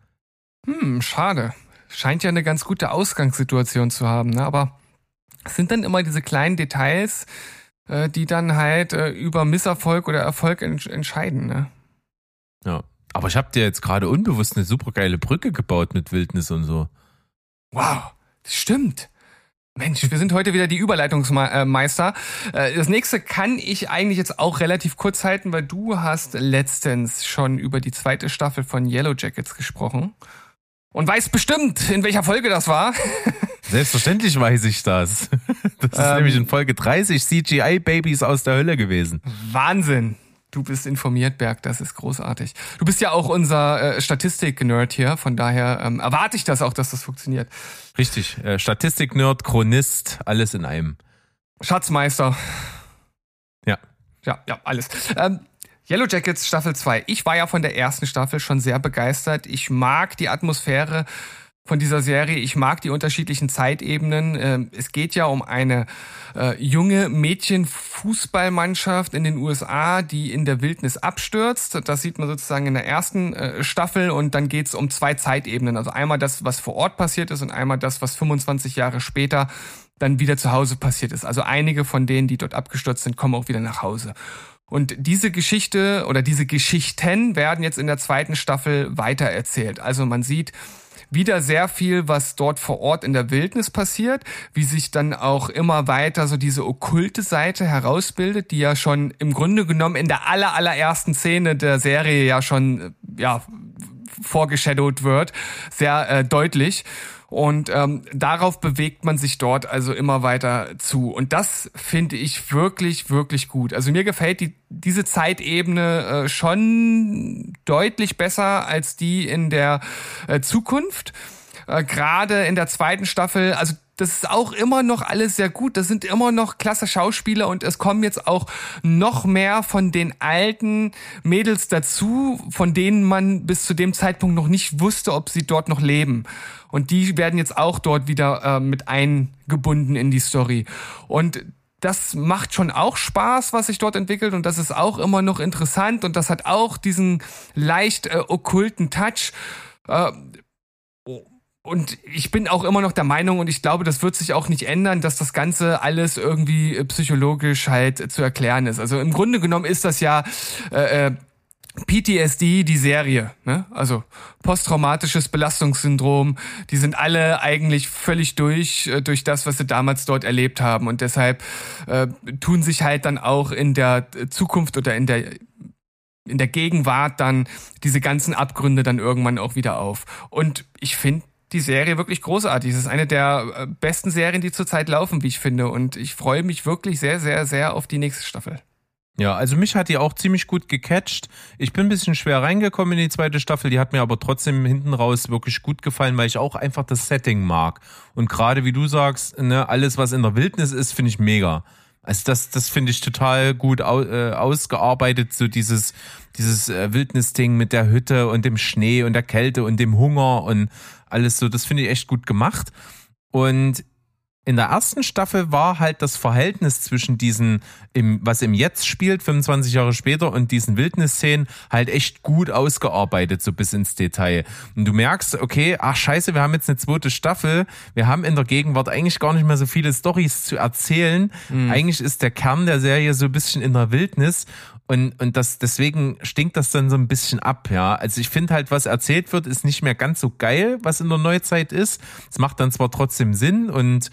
Schade. Scheint ja eine ganz gute Ausgangssituation zu haben, ne? Aber es sind dann immer diese kleinen Details, die dann halt über Misserfolg oder Erfolg entscheiden, ne?
Ja, aber ich habe dir jetzt gerade unbewusst eine super geile Brücke gebaut mit Wildnis und so.
Wow, das stimmt. Mensch, wir sind heute wieder die Überleitungsmeister. Das nächste kann ich eigentlich jetzt auch relativ kurz halten, weil du hast letztens schon über die 2. Staffel von Yellow Jackets gesprochen. Und weißt bestimmt, in welcher Folge das war.
Selbstverständlich weiß ich das. Das ist nämlich in Folge 30 CGI-Babys aus der Hölle gewesen.
Wahnsinn. Du bist informiert, Berg, das ist großartig. Du bist ja auch unser Statistik-Nerd hier, von daher erwarte ich das auch, dass das funktioniert.
Richtig, Statistik-Nerd, Chronist, alles in einem.
Schatzmeister.
Ja.
Ja, alles. Yellow Jackets Staffel 2. Ich war ja von der ersten Staffel schon sehr begeistert. Ich mag die Atmosphäre von dieser Serie. Ich mag die unterschiedlichen Zeitebenen. Es geht ja um eine junge Mädchenfußballmannschaft in den USA, die in der Wildnis abstürzt. Das sieht man sozusagen in der ersten Staffel und dann geht's um 2 Zeitebenen. Also einmal das, was vor Ort passiert ist und einmal das, was 25 Jahre später dann wieder zu Hause passiert ist. Also einige von denen, die dort abgestürzt sind, kommen auch wieder nach Hause. Und diese Geschichte oder diese Geschichten werden jetzt in der 2. Staffel weitererzählt. Also man sieht wieder sehr viel, was dort vor Ort in der Wildnis passiert, wie sich dann auch immer weiter so diese okkulte Seite herausbildet, die ja schon im Grunde genommen in der allerersten Szene der Serie ja schon vorgeshadowt wird, sehr deutlich. Und darauf bewegt man sich dort also immer weiter zu. Und das finde ich wirklich, wirklich gut. Also mir gefällt diese Zeitebene schon deutlich besser als die in der Zukunft. Gerade in der 2. Staffel, also das ist auch immer noch alles sehr gut. Das sind immer noch klasse Schauspieler und es kommen jetzt auch noch mehr von den alten Mädels dazu, von denen man bis zu dem Zeitpunkt noch nicht wusste, ob sie dort noch leben. Und die werden jetzt auch dort wieder mit eingebunden in die Story. Und das macht schon auch Spaß, was sich dort entwickelt und das ist auch immer noch interessant und das hat auch diesen leicht okkulten Touch. Und ich bin auch immer noch der Meinung, und ich glaube, das wird sich auch nicht ändern, dass das Ganze alles irgendwie psychologisch halt zu erklären ist. Also im Grunde genommen ist das ja PTSD, die Serie, ne? Also posttraumatisches Belastungssyndrom, die sind alle eigentlich völlig durch das, was sie damals dort erlebt haben und deshalb tun sich halt dann auch in der Zukunft oder in der Gegenwart dann diese ganzen Abgründe dann irgendwann auch wieder auf. Und ich finde die Serie wirklich großartig. Es ist eine der besten Serien, die zurzeit laufen, wie ich finde. Und ich freue mich wirklich sehr, sehr, sehr auf die nächste Staffel.
Ja, also mich hat die auch ziemlich gut gecatcht. Ich bin ein bisschen schwer reingekommen in die zweite Staffel, die hat mir aber trotzdem hinten raus wirklich gut gefallen, weil ich auch einfach das Setting mag. Und gerade wie du sagst, ne, alles was in der Wildnis ist, finde ich mega. Also das finde ich total gut ausgearbeitet, so dieses Wildnisding mit der Hütte und dem Schnee und der Kälte und dem Hunger und alles so, das finde ich echt gut gemacht. Und in der ersten Staffel war halt das Verhältnis zwischen was im Jetzt spielt, 25 Jahre später, und diesen Wildnisszenen halt echt gut ausgearbeitet, so bis ins Detail. Und du merkst, okay, ach scheiße, wir haben jetzt eine zweite Staffel, wir haben in der Gegenwart eigentlich gar nicht mehr so viele Storys zu erzählen. Eigentlich ist der Kern der Serie so ein bisschen in der Wildnis. Und deswegen stinkt das dann so ein bisschen ab, ja. Also ich finde halt, was erzählt wird, ist nicht mehr ganz so geil, was in der Neuzeit ist. Es macht dann zwar trotzdem Sinn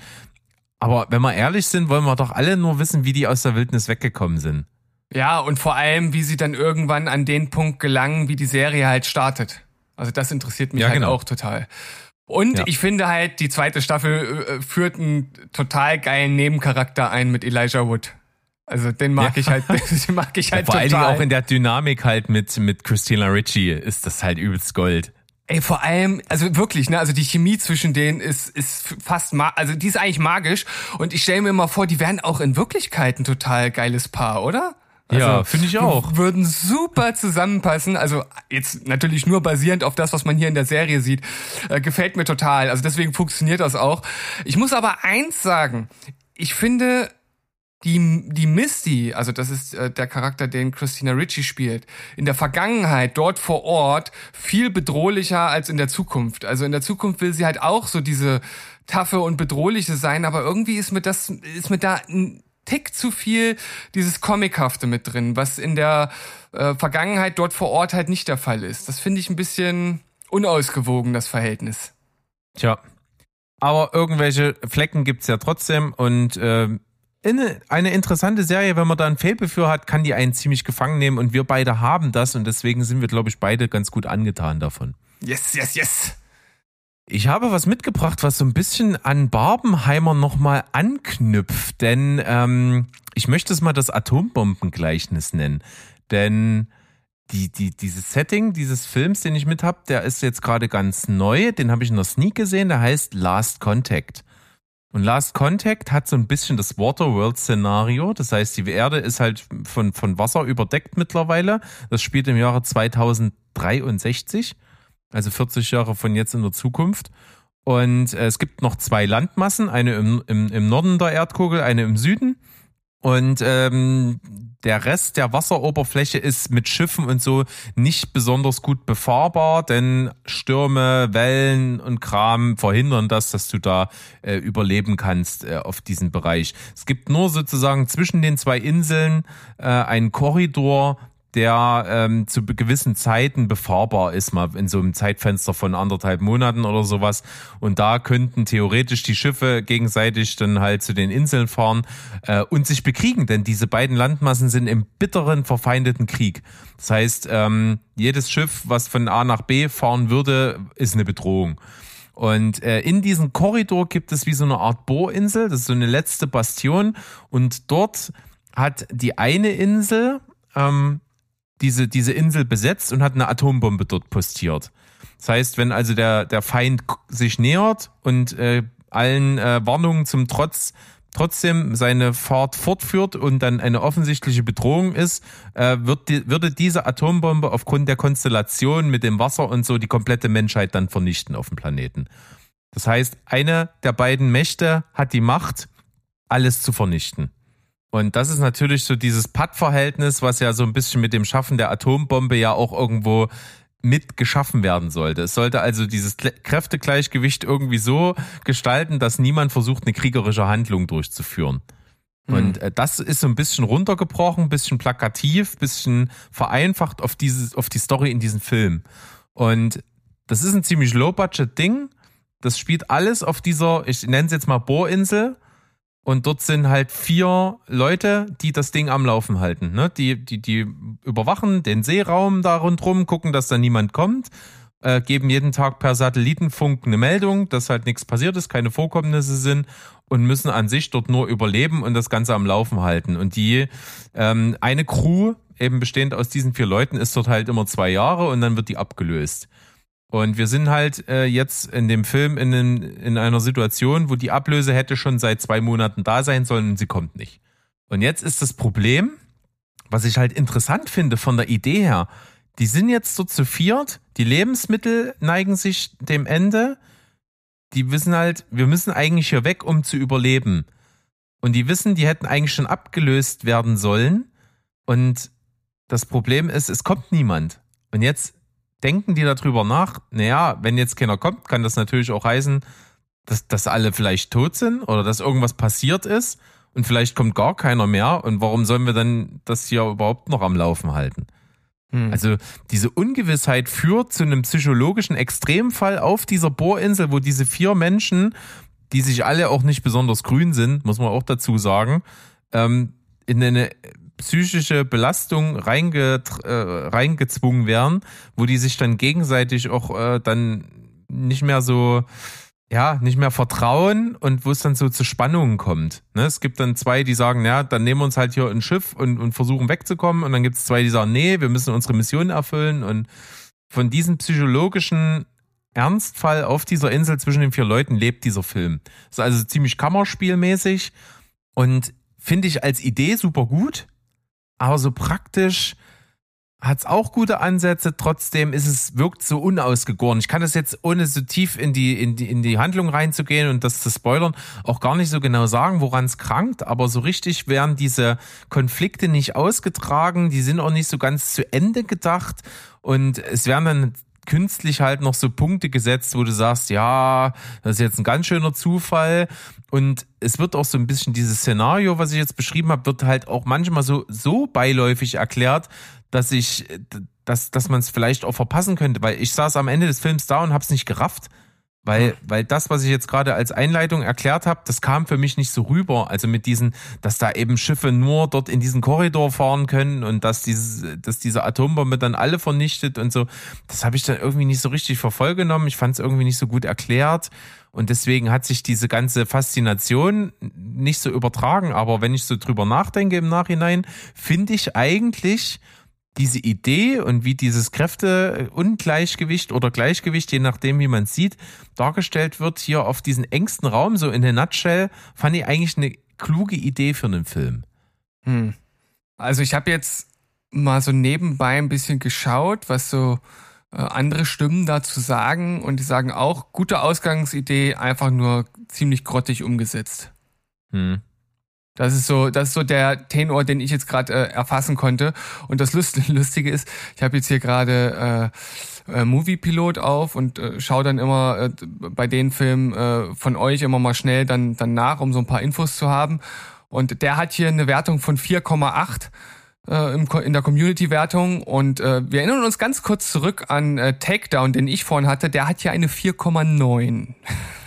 aber wenn wir ehrlich sind, wollen wir doch alle nur wissen, wie die aus der Wildnis weggekommen sind.
Ja, und vor allem, wie sie dann irgendwann an den Punkt gelangen, wie die Serie halt startet. Also das interessiert mich auch total. Und ich finde halt, die zweite Staffel führt einen total geilen Nebencharakter ein mit Elijah Wood. Also den mag ich halt, den mag ich halt
vor
total.
Vor allen Dingen auch in der Dynamik halt mit Christina Ricci ist das halt übelst Gold.
Ey, vor allem, also wirklich, ne, also die Chemie zwischen denen ist fast also die ist eigentlich magisch und ich stelle mir immer vor, die wären auch in Wirklichkeit ein total geiles Paar, oder? Also,
ja, finde ich auch.
Würden super zusammenpassen, also jetzt natürlich nur basierend auf das, was man hier in der Serie sieht, gefällt mir total, also deswegen funktioniert das auch. Ich muss aber eins sagen, ich finde die Misty, also das ist der Charakter, den Christina Ricci spielt, in der Vergangenheit dort vor Ort viel bedrohlicher als in der Zukunft. Also in der Zukunft will sie halt auch so diese taffe und bedrohliche sein, aber irgendwie ist mir da ein Tick zu viel dieses Comichafte mit drin, was in der Vergangenheit dort vor Ort halt nicht der Fall ist. Das finde ich ein bisschen unausgewogen, das Verhältnis.
Tja, aber irgendwelche Flecken gibt's ja trotzdem und eine interessante Serie, wenn man da ein Faible für hat, kann die einen ziemlich gefangen nehmen und wir beide haben das und deswegen sind wir, glaube ich, beide ganz gut angetan davon.
Yes, yes, yes.
Ich habe was mitgebracht, was so ein bisschen an Barbenheimer nochmal anknüpft, denn ich möchte es mal das Atombombengleichnis nennen, denn dieses Setting dieses Films, den ich mit habe, der ist jetzt gerade ganz neu, den habe ich in der Sneak gesehen, der heißt Last Contact. Und Last Contact hat so ein bisschen das Waterworld-Szenario. Das heißt, die Erde ist halt von Wasser überdeckt mittlerweile. Das spielt im Jahre 2063, also 40 Jahre von jetzt in der Zukunft. Und es gibt noch 2 Landmassen, eine im Norden der Erdkugel, eine im Süden. Und der Rest der Wasseroberfläche ist mit Schiffen und so nicht besonders gut befahrbar, denn Stürme, Wellen und Kram verhindern das, dass du da überleben kannst auf diesem Bereich. Es gibt nur sozusagen zwischen den 2 Inseln einen Korridor, der zu gewissen Zeiten befahrbar ist, mal in so einem Zeitfenster von 1,5 Monaten oder sowas. Und da könnten theoretisch die Schiffe gegenseitig dann halt zu den Inseln fahren und sich bekriegen, denn diese beiden Landmassen sind im bitteren, verfeindeten Krieg. Das heißt, jedes Schiff, was von A nach B fahren würde, ist eine Bedrohung. Und in diesem Korridor gibt es wie so eine Art Bohrinsel, das ist so eine letzte Bastion. Und dort hat die eine Insel diese Insel besetzt und hat eine Atombombe dort postiert. Das heißt, wenn also der Feind sich nähert und allen Warnungen zum Trotz trotzdem seine Fahrt fortführt und dann eine offensichtliche Bedrohung ist, würde diese Atombombe aufgrund der Konstellation mit dem Wasser und so die komplette Menschheit dann vernichten auf dem Planeten. Das heißt, eine der beiden Mächte hat die Macht, alles zu vernichten. Und das ist natürlich so dieses Pattverhältnis, was ja so ein bisschen mit dem Schaffen der Atombombe ja auch irgendwo mit geschaffen werden sollte. Es sollte also dieses Kräftegleichgewicht irgendwie so gestalten, dass niemand versucht, eine kriegerische Handlung durchzuführen. Und das ist so ein bisschen runtergebrochen, ein bisschen plakativ, ein bisschen vereinfacht auf die Story in diesem Film. Und das ist ein ziemlich Low-Budget-Ding. Das spielt alles auf dieser, ich nenne es jetzt mal Bohrinsel. Und dort sind halt 4 Leute, die das Ding am Laufen halten. Ne? Die überwachen den Seeraum da rundherum, gucken, dass da niemand kommt, geben jeden Tag per Satellitenfunk eine Meldung, dass halt nichts passiert ist, keine Vorkommnisse sind und müssen an sich dort nur überleben und das Ganze am Laufen halten. Und die eine Crew, eben bestehend aus diesen 4 Leuten, ist dort halt immer 2 Jahre und dann wird die abgelöst. Und wir sind halt jetzt in dem Film in einer Situation, wo die Ablöse hätte schon seit 2 Monaten da sein sollen und sie kommt nicht. Und jetzt ist das Problem, was ich halt interessant finde von der Idee her, die sind jetzt so zu 4, die Lebensmittel neigen sich dem Ende, die wissen halt, wir müssen eigentlich hier weg, um zu überleben. Und die wissen, die hätten eigentlich schon abgelöst werden sollen. Und das Problem ist, es kommt niemand. Und jetzt denken die darüber nach, naja, wenn jetzt keiner kommt, kann das natürlich auch heißen, dass alle vielleicht tot sind oder dass irgendwas passiert ist und vielleicht kommt gar keiner mehr. Und warum sollen wir dann das hier überhaupt noch am Laufen halten? Also diese Ungewissheit führt zu einem psychologischen Extremfall auf dieser Bohrinsel, wo diese 4 Menschen, die sich alle auch nicht besonders grün sind, muss man auch dazu sagen, in eine psychische Belastung reingezwungen werden, wo die sich dann gegenseitig auch dann nicht mehr vertrauen und wo es dann so zu Spannungen kommt. Ne? Es gibt dann 2, die sagen, ja, dann nehmen wir uns halt hier ein Schiff und versuchen wegzukommen. Und dann gibt es 2, die sagen, nee, wir müssen unsere Mission erfüllen. Und von diesem psychologischen Ernstfall auf dieser Insel zwischen den 4 Leuten lebt dieser Film. Das ist also ziemlich kammerspielmäßig und finde ich als Idee super gut, aber so praktisch hat es auch gute Ansätze, trotzdem wirkt so unausgegoren. Ich kann das jetzt, ohne so tief in die Handlung reinzugehen und das zu spoilern, auch gar nicht so genau sagen, woran es krankt, aber so richtig werden diese Konflikte nicht ausgetragen, die sind auch nicht so ganz zu Ende gedacht und es werden dann künstlich halt noch so Punkte gesetzt, wo du sagst, ja, das ist jetzt ein ganz schöner Zufall und es wird auch so ein bisschen dieses Szenario, was ich jetzt beschrieben habe, wird halt auch manchmal so beiläufig erklärt, dass man es vielleicht auch verpassen könnte, weil ich saß am Ende des Films da und hab's nicht gerafft, weil das, was ich jetzt gerade als Einleitung erklärt habe, das kam für mich nicht so rüber, also mit dass da eben Schiffe nur dort in diesen Korridor fahren können und dass diese Atombombe dann alle vernichtet und so, das habe ich dann irgendwie nicht so richtig für voll genommen, ich fand es irgendwie nicht so gut erklärt und deswegen hat sich diese ganze Faszination nicht so übertragen, aber wenn ich so drüber nachdenke im Nachhinein, finde ich eigentlich diese Idee und wie dieses Kräfteungleichgewicht oder Gleichgewicht, je nachdem wie man es sieht, dargestellt wird hier auf diesen engsten Raum, so in der Nutshell, fand ich eigentlich eine kluge Idee für einen Film.
Also ich habe jetzt mal so nebenbei ein bisschen geschaut, was so andere Stimmen dazu sagen und die sagen auch, gute Ausgangsidee, einfach nur ziemlich grottig umgesetzt. Das ist so der Tenor, den ich jetzt gerade erfassen konnte. Und das Lustige ist, ich habe jetzt hier gerade Moviepilot auf und schaue dann immer bei den Filmen von euch immer mal schnell dann nach, um so ein paar Infos zu haben. Und der hat hier eine Wertung von 4,8 in der Community-Wertung. Und wir erinnern uns ganz kurz zurück an Takedown, den ich vorhin hatte. Der hat hier eine 4,9.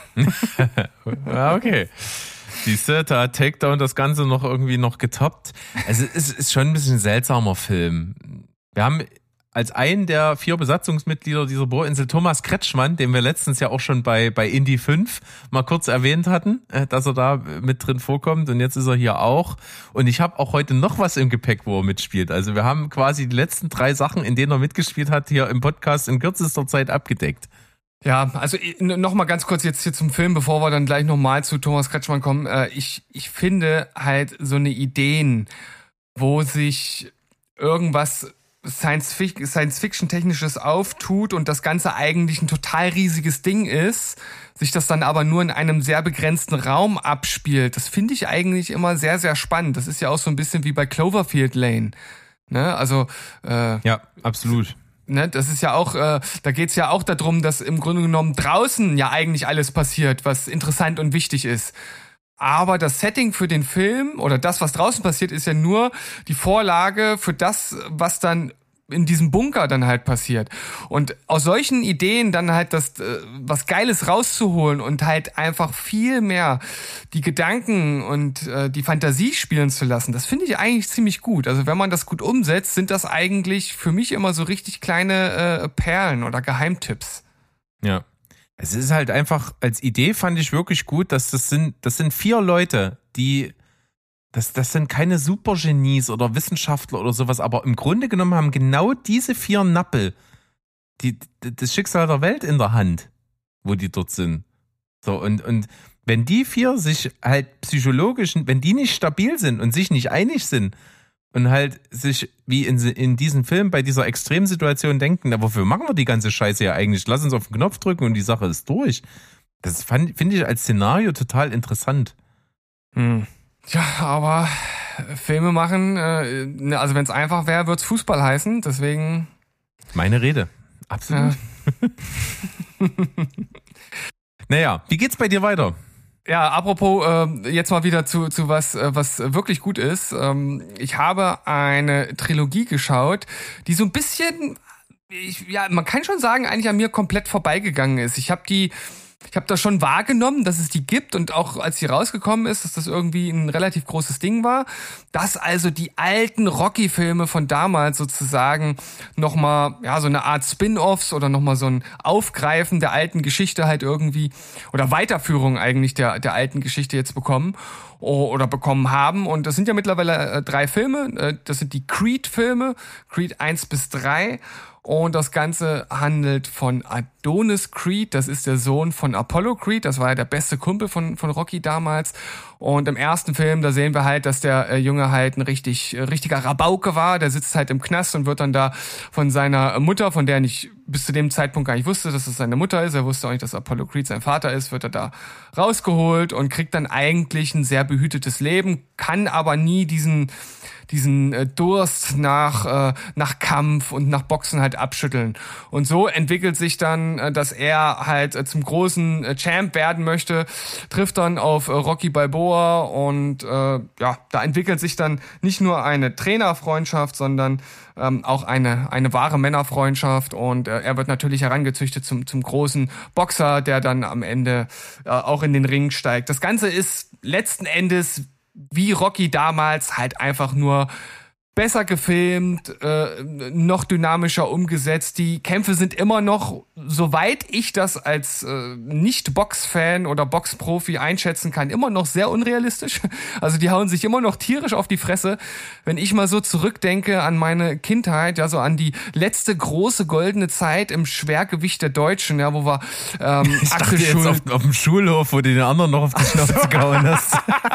Ja, okay. Siehste, da hat Takedown das Ganze noch irgendwie getoppt. Also es ist schon ein bisschen ein seltsamer Film. Wir haben als einen der 4 Besatzungsmitglieder dieser Bohrinsel Thomas Kretschmann, den wir letztens ja auch schon bei Indy 5 mal kurz erwähnt hatten, dass er da mit drin vorkommt und jetzt ist er hier auch. Und ich habe auch heute noch was im Gepäck, wo er mitspielt. Also wir haben quasi die letzten 3 Sachen, in denen er mitgespielt hat, hier im Podcast in kürzester Zeit abgedeckt.
Ja, also noch mal ganz kurz jetzt hier zum Film, bevor wir dann gleich nochmal zu Thomas Kretschmann kommen. Ich finde halt so eine Ideen, wo sich irgendwas Science-Fiction-Technisches auftut und das Ganze eigentlich ein total riesiges Ding ist, sich das dann aber nur in einem sehr begrenzten Raum abspielt. Das finde ich eigentlich immer sehr, sehr spannend. Das ist ja auch so ein bisschen wie bei Cloverfield Lane. Ne? Also
ja, absolut.
Ne, das ist ja auch, da geht's ja auch darum, dass im Grunde genommen draußen ja eigentlich alles passiert, was interessant und wichtig ist. Aber das Setting für den Film oder das, was draußen passiert, ist ja nur die Vorlage für das, was dann in diesem Bunker dann halt passiert. Und aus solchen Ideen dann halt das was Geiles rauszuholen und halt einfach viel mehr die Gedanken und die Fantasie spielen zu lassen, das finde ich eigentlich ziemlich gut. Also wenn man das gut umsetzt, sind das eigentlich für mich immer so richtig kleine Perlen oder Geheimtipps.
Ja. Es ist halt einfach, als Idee fand ich wirklich gut, dass das sind 4 Leute, die das sind keine Supergenies oder Wissenschaftler oder sowas, aber im Grunde genommen haben genau diese 4 Nappel das Schicksal der Welt in der Hand, wo die dort sind. So, und wenn die 4 sich halt psychologisch, wenn die nicht stabil sind und sich nicht einig sind und halt sich wie in diesem Film bei dieser Extremsituation denken, na, wofür machen wir die ganze Scheiße ja eigentlich? Lass uns auf den Knopf drücken und die Sache ist durch. Das finde ich als Szenario total interessant.
Ja, aber Filme machen, also wenn es einfach wäre, wird's Fußball heißen, deswegen...
Meine Rede, absolut. Ja. Naja, wie geht's bei dir weiter?
Ja, apropos, jetzt mal wieder zu was wirklich gut ist. Ich habe eine Trilogie geschaut, die so ein bisschen, man kann schon sagen, eigentlich an mir komplett vorbeigegangen ist. Ich habe das schon wahrgenommen, dass es die gibt und auch als sie rausgekommen ist, dass das irgendwie ein relativ großes Ding war, dass also die alten Rocky-Filme von damals sozusagen nochmal, ja, so eine Art Spin-Offs oder nochmal so ein Aufgreifen der alten Geschichte halt irgendwie oder Weiterführung eigentlich der alten Geschichte jetzt bekommen oder bekommen haben. Und das sind ja mittlerweile 3 Filme, das sind die Creed-Filme, Creed 1-3. Und das Ganze handelt von Adonis Creed, das ist der Sohn von Apollo Creed, das war ja der beste Kumpel von Rocky damals. Und im ersten Film, da sehen wir halt, dass der Junge halt ein richtiger Rabauke war, der sitzt halt im Knast und wird dann da von seiner Mutter, von der er nicht bis zu dem Zeitpunkt gar nicht wusste, dass es seine Mutter ist, er wusste auch nicht, dass Apollo Creed sein Vater ist, wird er da rausgeholt und kriegt dann eigentlich ein sehr behütetes Leben, kann aber nie diesen Durst nach Kampf und nach Boxen halt abschütteln. Und so entwickelt sich dann, dass er halt zum großen Champ werden möchte, trifft dann auf Rocky Balboa und da entwickelt sich dann nicht nur eine Trainerfreundschaft, sondern auch eine wahre Männerfreundschaft und er wird natürlich herangezüchtet zum großen Boxer, der dann am Ende auch in den Ring steigt. Das Ganze ist letzten Endes wie Rocky damals halt einfach nur besser gefilmt, noch dynamischer umgesetzt. Die Kämpfe sind immer noch, soweit ich das als Nicht-Box-Fan oder Boxprofi einschätzen kann, immer noch sehr unrealistisch. Also die hauen sich immer noch tierisch auf die Fresse. Wenn ich mal so zurückdenke an meine Kindheit, ja, so an die letzte große goldene Zeit im Schwergewicht der Deutschen, ja, wo wir
ich dachte jetzt auf dem Schulhof, wo du den anderen noch auf die Schnauze gehauen hast.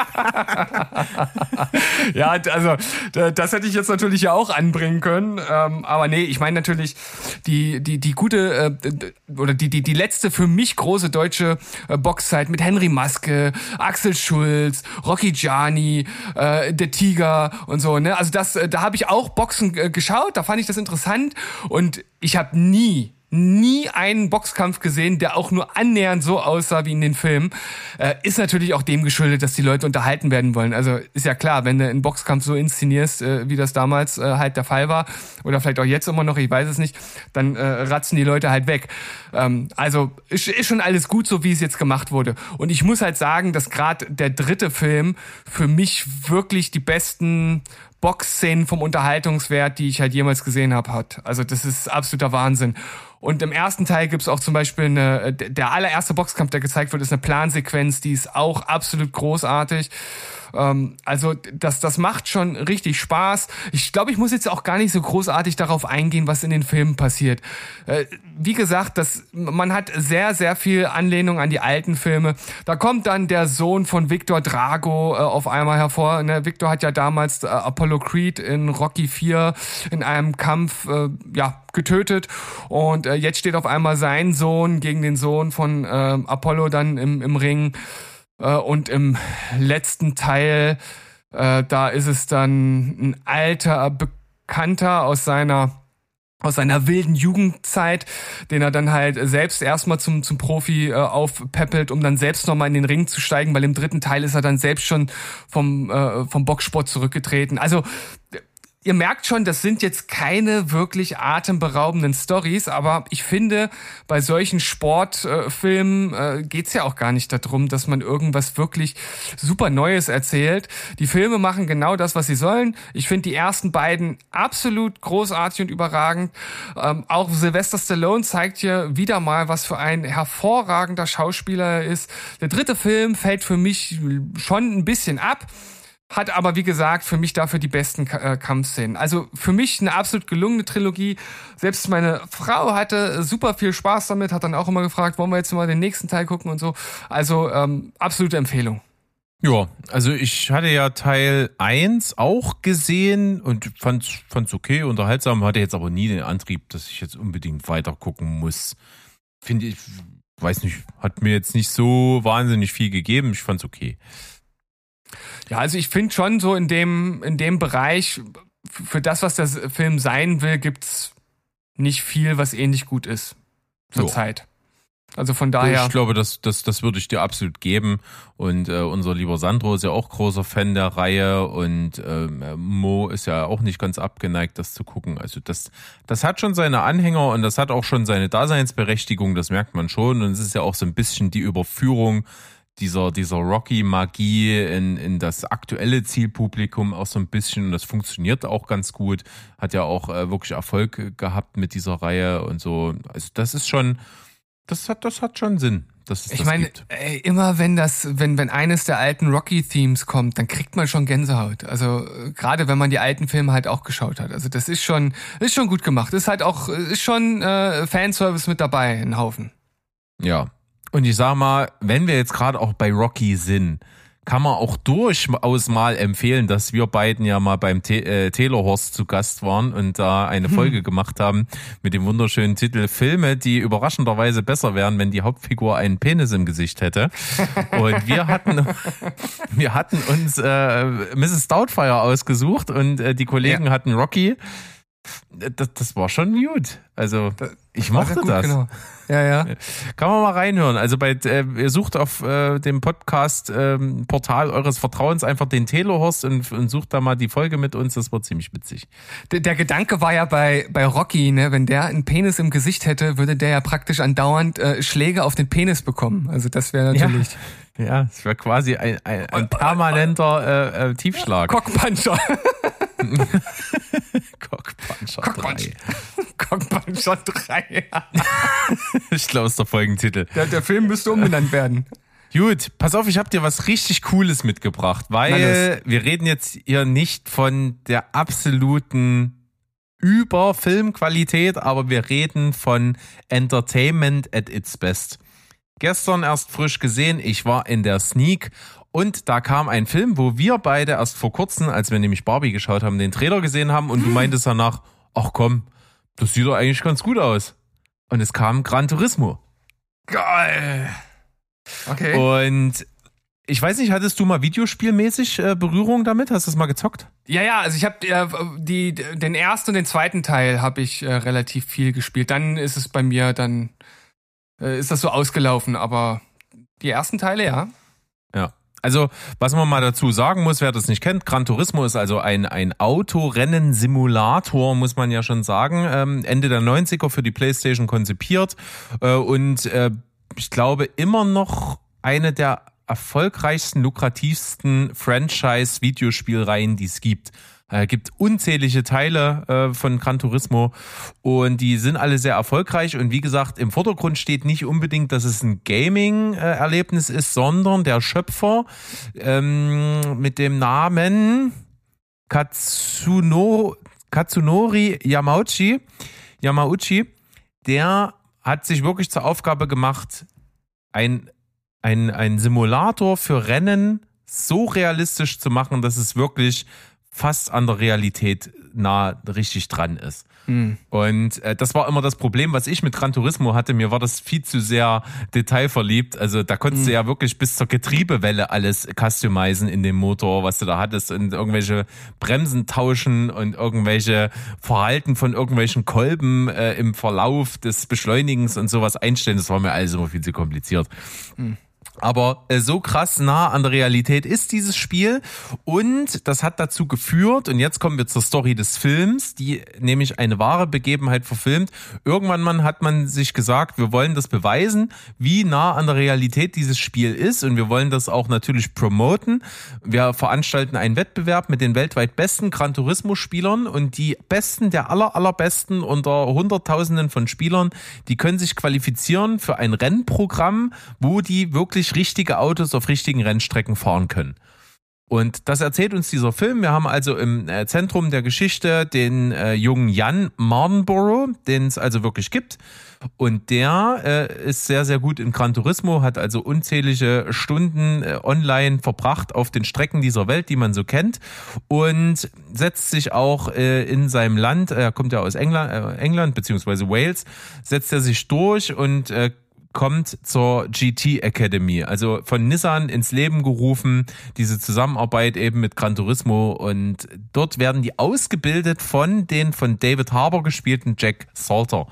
Ja, also das hätte ich jetzt natürlich ja auch anbringen können, aber nee, ich meine natürlich die gute oder die letzte für mich große deutsche Boxzeit mit Henry Maske, Axel Schulz, Rocky Gianni, der Tiger und so, ne? Also da habe ich auch Boxen geschaut, da fand ich das interessant und ich habe nie einen Boxkampf gesehen, der auch nur annähernd so aussah wie in den Filmen. Ist natürlich auch dem geschuldet, dass die Leute unterhalten werden wollen. Also ist ja klar, wenn du einen Boxkampf so inszenierst, wie das damals halt der Fall war, oder vielleicht auch jetzt immer noch, ich weiß es nicht, dann ratzen die Leute halt weg. Also ist schon alles gut, so wie es jetzt gemacht wurde. Und ich muss halt sagen, dass gerade der 3. Film für mich wirklich die besten Boxszenen vom Unterhaltungswert, die ich halt jemals gesehen habe, hat. Also das ist absoluter Wahnsinn. Und im ersten Teil gibt's auch zum Beispiel der allererste Boxkampf, der gezeigt wird, ist eine Plansequenz, die ist auch absolut großartig. Also das macht schon richtig Spaß. Ich glaube, ich muss jetzt auch gar nicht so großartig darauf eingehen, was in den Filmen passiert. Wie gesagt, man hat sehr, sehr viel Anlehnung an die alten Filme. Da kommt dann der Sohn von Victor Drago auf einmal hervor. Ne? Victor hat ja damals Apollo Creed in Rocky 4 in einem Kampf getötet und jetzt steht auf einmal sein Sohn gegen den Sohn von Apollo dann im Ring. Und im letzten Teil, da ist es dann ein alter Bekannter aus seiner aus seiner wilden Jugendzeit, den er dann halt selbst erstmal zum Profi aufpäppelt, um dann selbst nochmal in den Ring zu steigen, weil im 3. Teil ist er dann selbst schon vom Boxsport zurückgetreten. Also ihr merkt schon, das sind jetzt keine wirklich atemberaubenden Storys, aber ich finde, bei solchen Sportfilmen geht's ja auch gar nicht darum, dass man irgendwas wirklich super Neues erzählt. Die Filme machen genau das, was sie sollen. Ich finde die ersten beiden absolut großartig und überragend. Auch Sylvester Stallone zeigt hier wieder mal, was für ein hervorragender Schauspieler er ist. Der 3. Film fällt für mich schon ein bisschen ab. Hat aber, wie gesagt, für mich dafür die besten Kampfszenen. Also für mich eine absolut gelungene Trilogie. Selbst meine Frau hatte super viel Spaß damit, hat dann auch immer gefragt, wollen wir jetzt mal den nächsten Teil gucken und so. Also absolute Empfehlung.
Ja, also ich hatte ja Teil 1 auch gesehen und fand's okay, unterhaltsam, hatte jetzt aber nie den Antrieb, dass ich jetzt unbedingt weiter gucken muss. Finde ich, weiß nicht, hat mir jetzt nicht so wahnsinnig viel gegeben, ich fand's okay.
Ja, also ich finde schon so in dem Bereich, für das, was der Film sein will, gibt's nicht viel, was ähnlich gut ist zur Zeit. Also von daher.
Ich glaube, das würde ich dir absolut geben. Und unser lieber Sandro ist ja auch großer Fan der Reihe und Mo ist ja auch nicht ganz abgeneigt, das zu gucken. Also das hat schon seine Anhänger und das hat auch schon seine Daseinsberechtigung, das merkt man schon. Und es ist ja auch so ein bisschen die Überführung dieser Rocky-Magie in das aktuelle Zielpublikum auch so ein bisschen und das funktioniert auch ganz gut, hat ja auch wirklich Erfolg gehabt mit dieser Reihe und so. Also das ist schon, das hat schon Sinn, dass es das gibt.
Ey, immer wenn eines der alten Rocky-Themes kommt, dann kriegt man schon Gänsehaut. Also gerade wenn man die alten Filme halt auch geschaut hat. Also das ist schon gut gemacht. Ist schon Fanservice mit dabei, ein Haufen.
Ja. Und ich sag mal, wenn wir jetzt gerade auch bei Rocky sind, kann man auch durchaus mal empfehlen, dass wir beiden ja mal beim Taylorhorst zu Gast waren und da eine Folge gemacht haben mit dem wunderschönen Titel Filme, die überraschenderweise besser wären, wenn die Hauptfigur einen Penis im Gesicht hätte. Und wir hatten uns Mrs. Doubtfire ausgesucht und die Kollegen hatten Rocky. Das war schon gut. Also ich mochte gut, das. Genau.
Ja.
Kann man mal reinhören. Also ihr sucht auf dem Podcast-Portal eures Vertrauens einfach den Taylorhorst und sucht da mal die Folge mit uns. Das war ziemlich witzig.
Der Gedanke war ja bei Rocky, ne, wenn der einen Penis im Gesicht hätte, würde der ja praktisch andauernd Schläge auf den Penis bekommen. Also das wäre natürlich...
Ja, es wäre quasi ein permanenter Tiefschlag.
Cockpuncher.
Cockpuncher 3. Ich glaube, es ist der Folgentitel.
Der Film müsste umbenannt werden.
Gut, pass auf, ich habe dir was richtig Cooles mitgebracht, weil wir reden jetzt hier nicht von der absoluten Überfilmqualität, aber wir reden von Entertainment at its best. Gestern erst frisch gesehen, ich war in der Sneak und da kam ein Film, wo wir beide erst vor kurzem, als wir nämlich Barbie geschaut haben, den Trailer gesehen haben und du meintest danach, ach komm, das sieht doch eigentlich ganz gut aus. Und es kam Gran Turismo.
Geil. Okay.
Und ich weiß nicht, hattest du mal videospielmäßig Berührung damit? Hast du das mal gezockt?
Ja, also ich habe den ersten und den zweiten Teil habe ich relativ viel gespielt. Dann ist es bei mir, ist das so ausgelaufen, aber die ersten Teile, ja.
Ja. Also, was man mal dazu sagen muss, wer das nicht kennt, Gran Turismo ist also ein Autorennen-Simulator, muss man ja schon sagen. Ende der 90er für die PlayStation konzipiert und ich glaube immer noch eine der erfolgreichsten, lukrativsten Franchise-Videospielreihen, die es gibt. Gibt unzählige Teile von Gran Turismo und die sind alle sehr erfolgreich und wie gesagt, im Vordergrund steht nicht unbedingt, dass es ein Gaming-Erlebnis ist, sondern der Schöpfer mit dem Namen Katsunori Yamauchi, der hat sich wirklich zur Aufgabe gemacht, ein Simulator für Rennen so realistisch zu machen, dass es wirklich fast an der Realität nah richtig dran ist. Und das war immer das Problem, was ich mit Gran Turismo hatte. Mir war das viel zu sehr detailverliebt. Also da konntest du ja wirklich bis zur Getriebewelle alles customizen in dem Motor, was du da hattest, und irgendwelche Bremsen tauschen und irgendwelche Verhalten von irgendwelchen Kolben im Verlauf des Beschleunigens und sowas einstellen. Das war mir alles immer viel zu kompliziert. Aber so krass nah an der Realität ist dieses Spiel, und das hat dazu geführt, und jetzt kommen wir zur Story des Films, die nämlich eine wahre Begebenheit verfilmt. Irgendwann hat man sich gesagt, wir wollen das beweisen, wie nah an der Realität dieses Spiel ist, und wir wollen das auch natürlich promoten. Wir veranstalten einen Wettbewerb mit den weltweit besten Gran Turismo Spielern, und die Besten der allerbesten unter Hunderttausenden von Spielern, die können sich qualifizieren für ein Rennprogramm, wo die wirklich richtige Autos auf richtigen Rennstrecken fahren können. Und das erzählt uns dieser Film. Wir haben also im Zentrum der Geschichte den jungen Jan Mardenborough, den es also wirklich gibt. Und der ist sehr, sehr gut in Gran Turismo, hat also unzählige Stunden online verbracht auf den Strecken dieser Welt, die man so kennt, und setzt sich auch in seinem Land, er kommt ja aus England beziehungsweise Wales, setzt er sich durch und kommt zur GT Academy, also von Nissan ins Leben gerufen, diese Zusammenarbeit eben mit Gran Turismo, und dort werden die ausgebildet von den von David Harbour gespielten Jack Salter.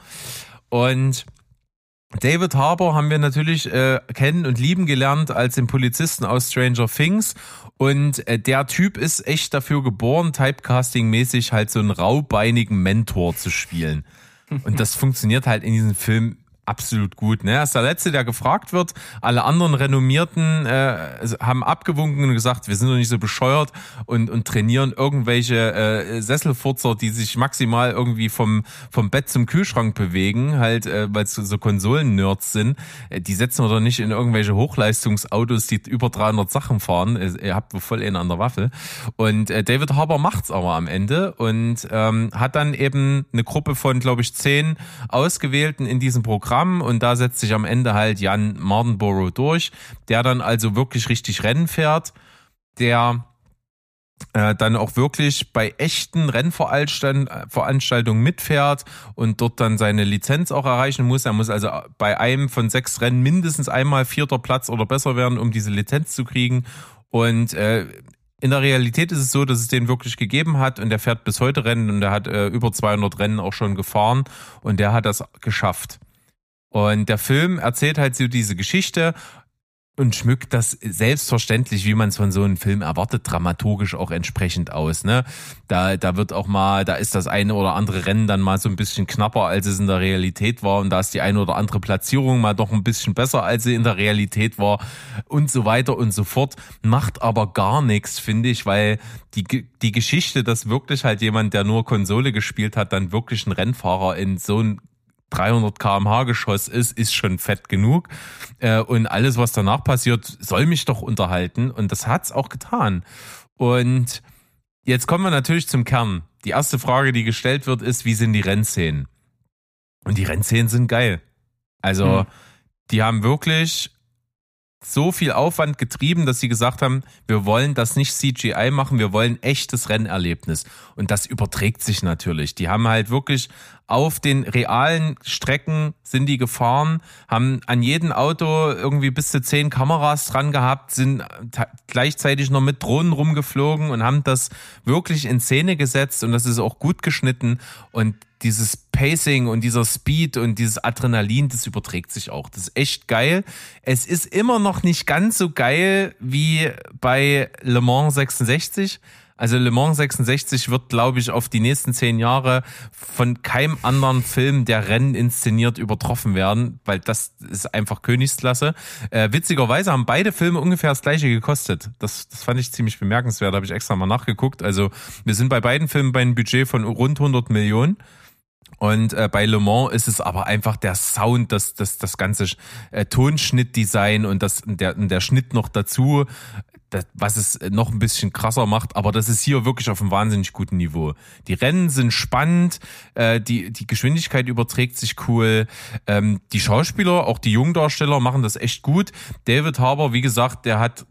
Und David Harbour haben wir natürlich kennen und lieben gelernt als den Polizisten aus Stranger Things, und der Typ ist echt dafür geboren, Typecasting-mäßig halt so einen raubeinigen Mentor zu spielen. Und das funktioniert halt in diesem Film absolut gut. Ne? Er ist der Letzte, der gefragt wird. Alle anderen Renommierten haben abgewunken und gesagt, wir sind doch nicht so bescheuert, und trainieren irgendwelche Sesselfurzer, die sich maximal irgendwie vom Bett zum Kühlschrank bewegen, halt, weil es so Konsolen-Nerds sind. Die setzen wir doch nicht in irgendwelche Hochleistungsautos, die über 300 Sachen fahren. Ihr habt wohl voll einen an der Waffel. Und David Harbour macht's aber am Ende und hat dann eben eine Gruppe von, glaube ich, 10 Ausgewählten in diesem Programm, und da setzt sich am Ende halt Jan Mardenborough durch, der dann also wirklich richtig Rennen fährt, der dann auch wirklich bei echten Rennveranstaltungen mitfährt und dort dann seine Lizenz auch erreichen muss. Er muss also bei einem von 6 Rennen mindestens einmal 4. Platz oder besser werden, um diese Lizenz zu kriegen. Und in der Realität ist es so, dass es den wirklich gegeben hat, und der fährt bis heute Rennen, und er hat über 200 Rennen auch schon gefahren, und der hat das geschafft. Und der Film erzählt halt so diese Geschichte und schmückt das selbstverständlich, wie man es von so einem Film erwartet, dramaturgisch auch entsprechend aus. Ne? Da wird auch mal, da ist das eine oder andere Rennen dann mal so ein bisschen knapper, als es in der Realität war, und da ist die eine oder andere Platzierung mal doch ein bisschen besser, als sie in der Realität war, und so weiter und so fort. Macht aber gar nichts, finde ich, weil die Geschichte, dass wirklich halt jemand, der nur Konsole gespielt hat, dann wirklich ein Rennfahrer in so ein 300 km/h Geschoss ist schon fett genug. Und alles, was danach passiert, soll mich doch unterhalten. Und das hat's auch getan. Und jetzt kommen wir natürlich zum Kern. Die erste Frage, die gestellt wird, ist, wie sind die Rennszenen? Und die Rennszenen sind geil. Also, die haben wirklich so viel Aufwand getrieben, dass sie gesagt haben, wir wollen das nicht CGI machen, wir wollen echtes Rennerlebnis. Und das überträgt sich natürlich. Die haben halt wirklich auf den realen Strecken sind die gefahren, haben an jedem Auto irgendwie bis zu 10 Kameras dran gehabt, sind gleichzeitig noch mit Drohnen rumgeflogen und haben das wirklich in Szene gesetzt, und das ist auch gut geschnitten, und dieses Pacing und dieser Speed und dieses Adrenalin, das überträgt sich auch. Das ist echt geil. Es ist immer noch nicht ganz so geil wie bei Le Mans 66. Also Le Mans 66 wird, glaube ich, auf die nächsten 10 Jahre von keinem anderen Film, der Rennen inszeniert, übertroffen werden, weil das ist einfach Königsklasse. Witzigerweise haben beide Filme ungefähr das gleiche gekostet. Das fand ich ziemlich bemerkenswert, da habe ich extra mal nachgeguckt. Also wir sind bei beiden Filmen bei einem Budget von rund 100 Millionen. Und bei Le Mans ist es aber einfach der Sound, das ganze Tonschnittdesign und der Schnitt noch dazu, was es noch ein bisschen krasser macht. Aber das ist hier wirklich auf einem wahnsinnig guten Niveau. Die Rennen sind spannend, die Geschwindigkeit überträgt sich cool. Die Schauspieler, auch die Jungdarsteller, machen das echt gut. David Harbour, wie gesagt, der hat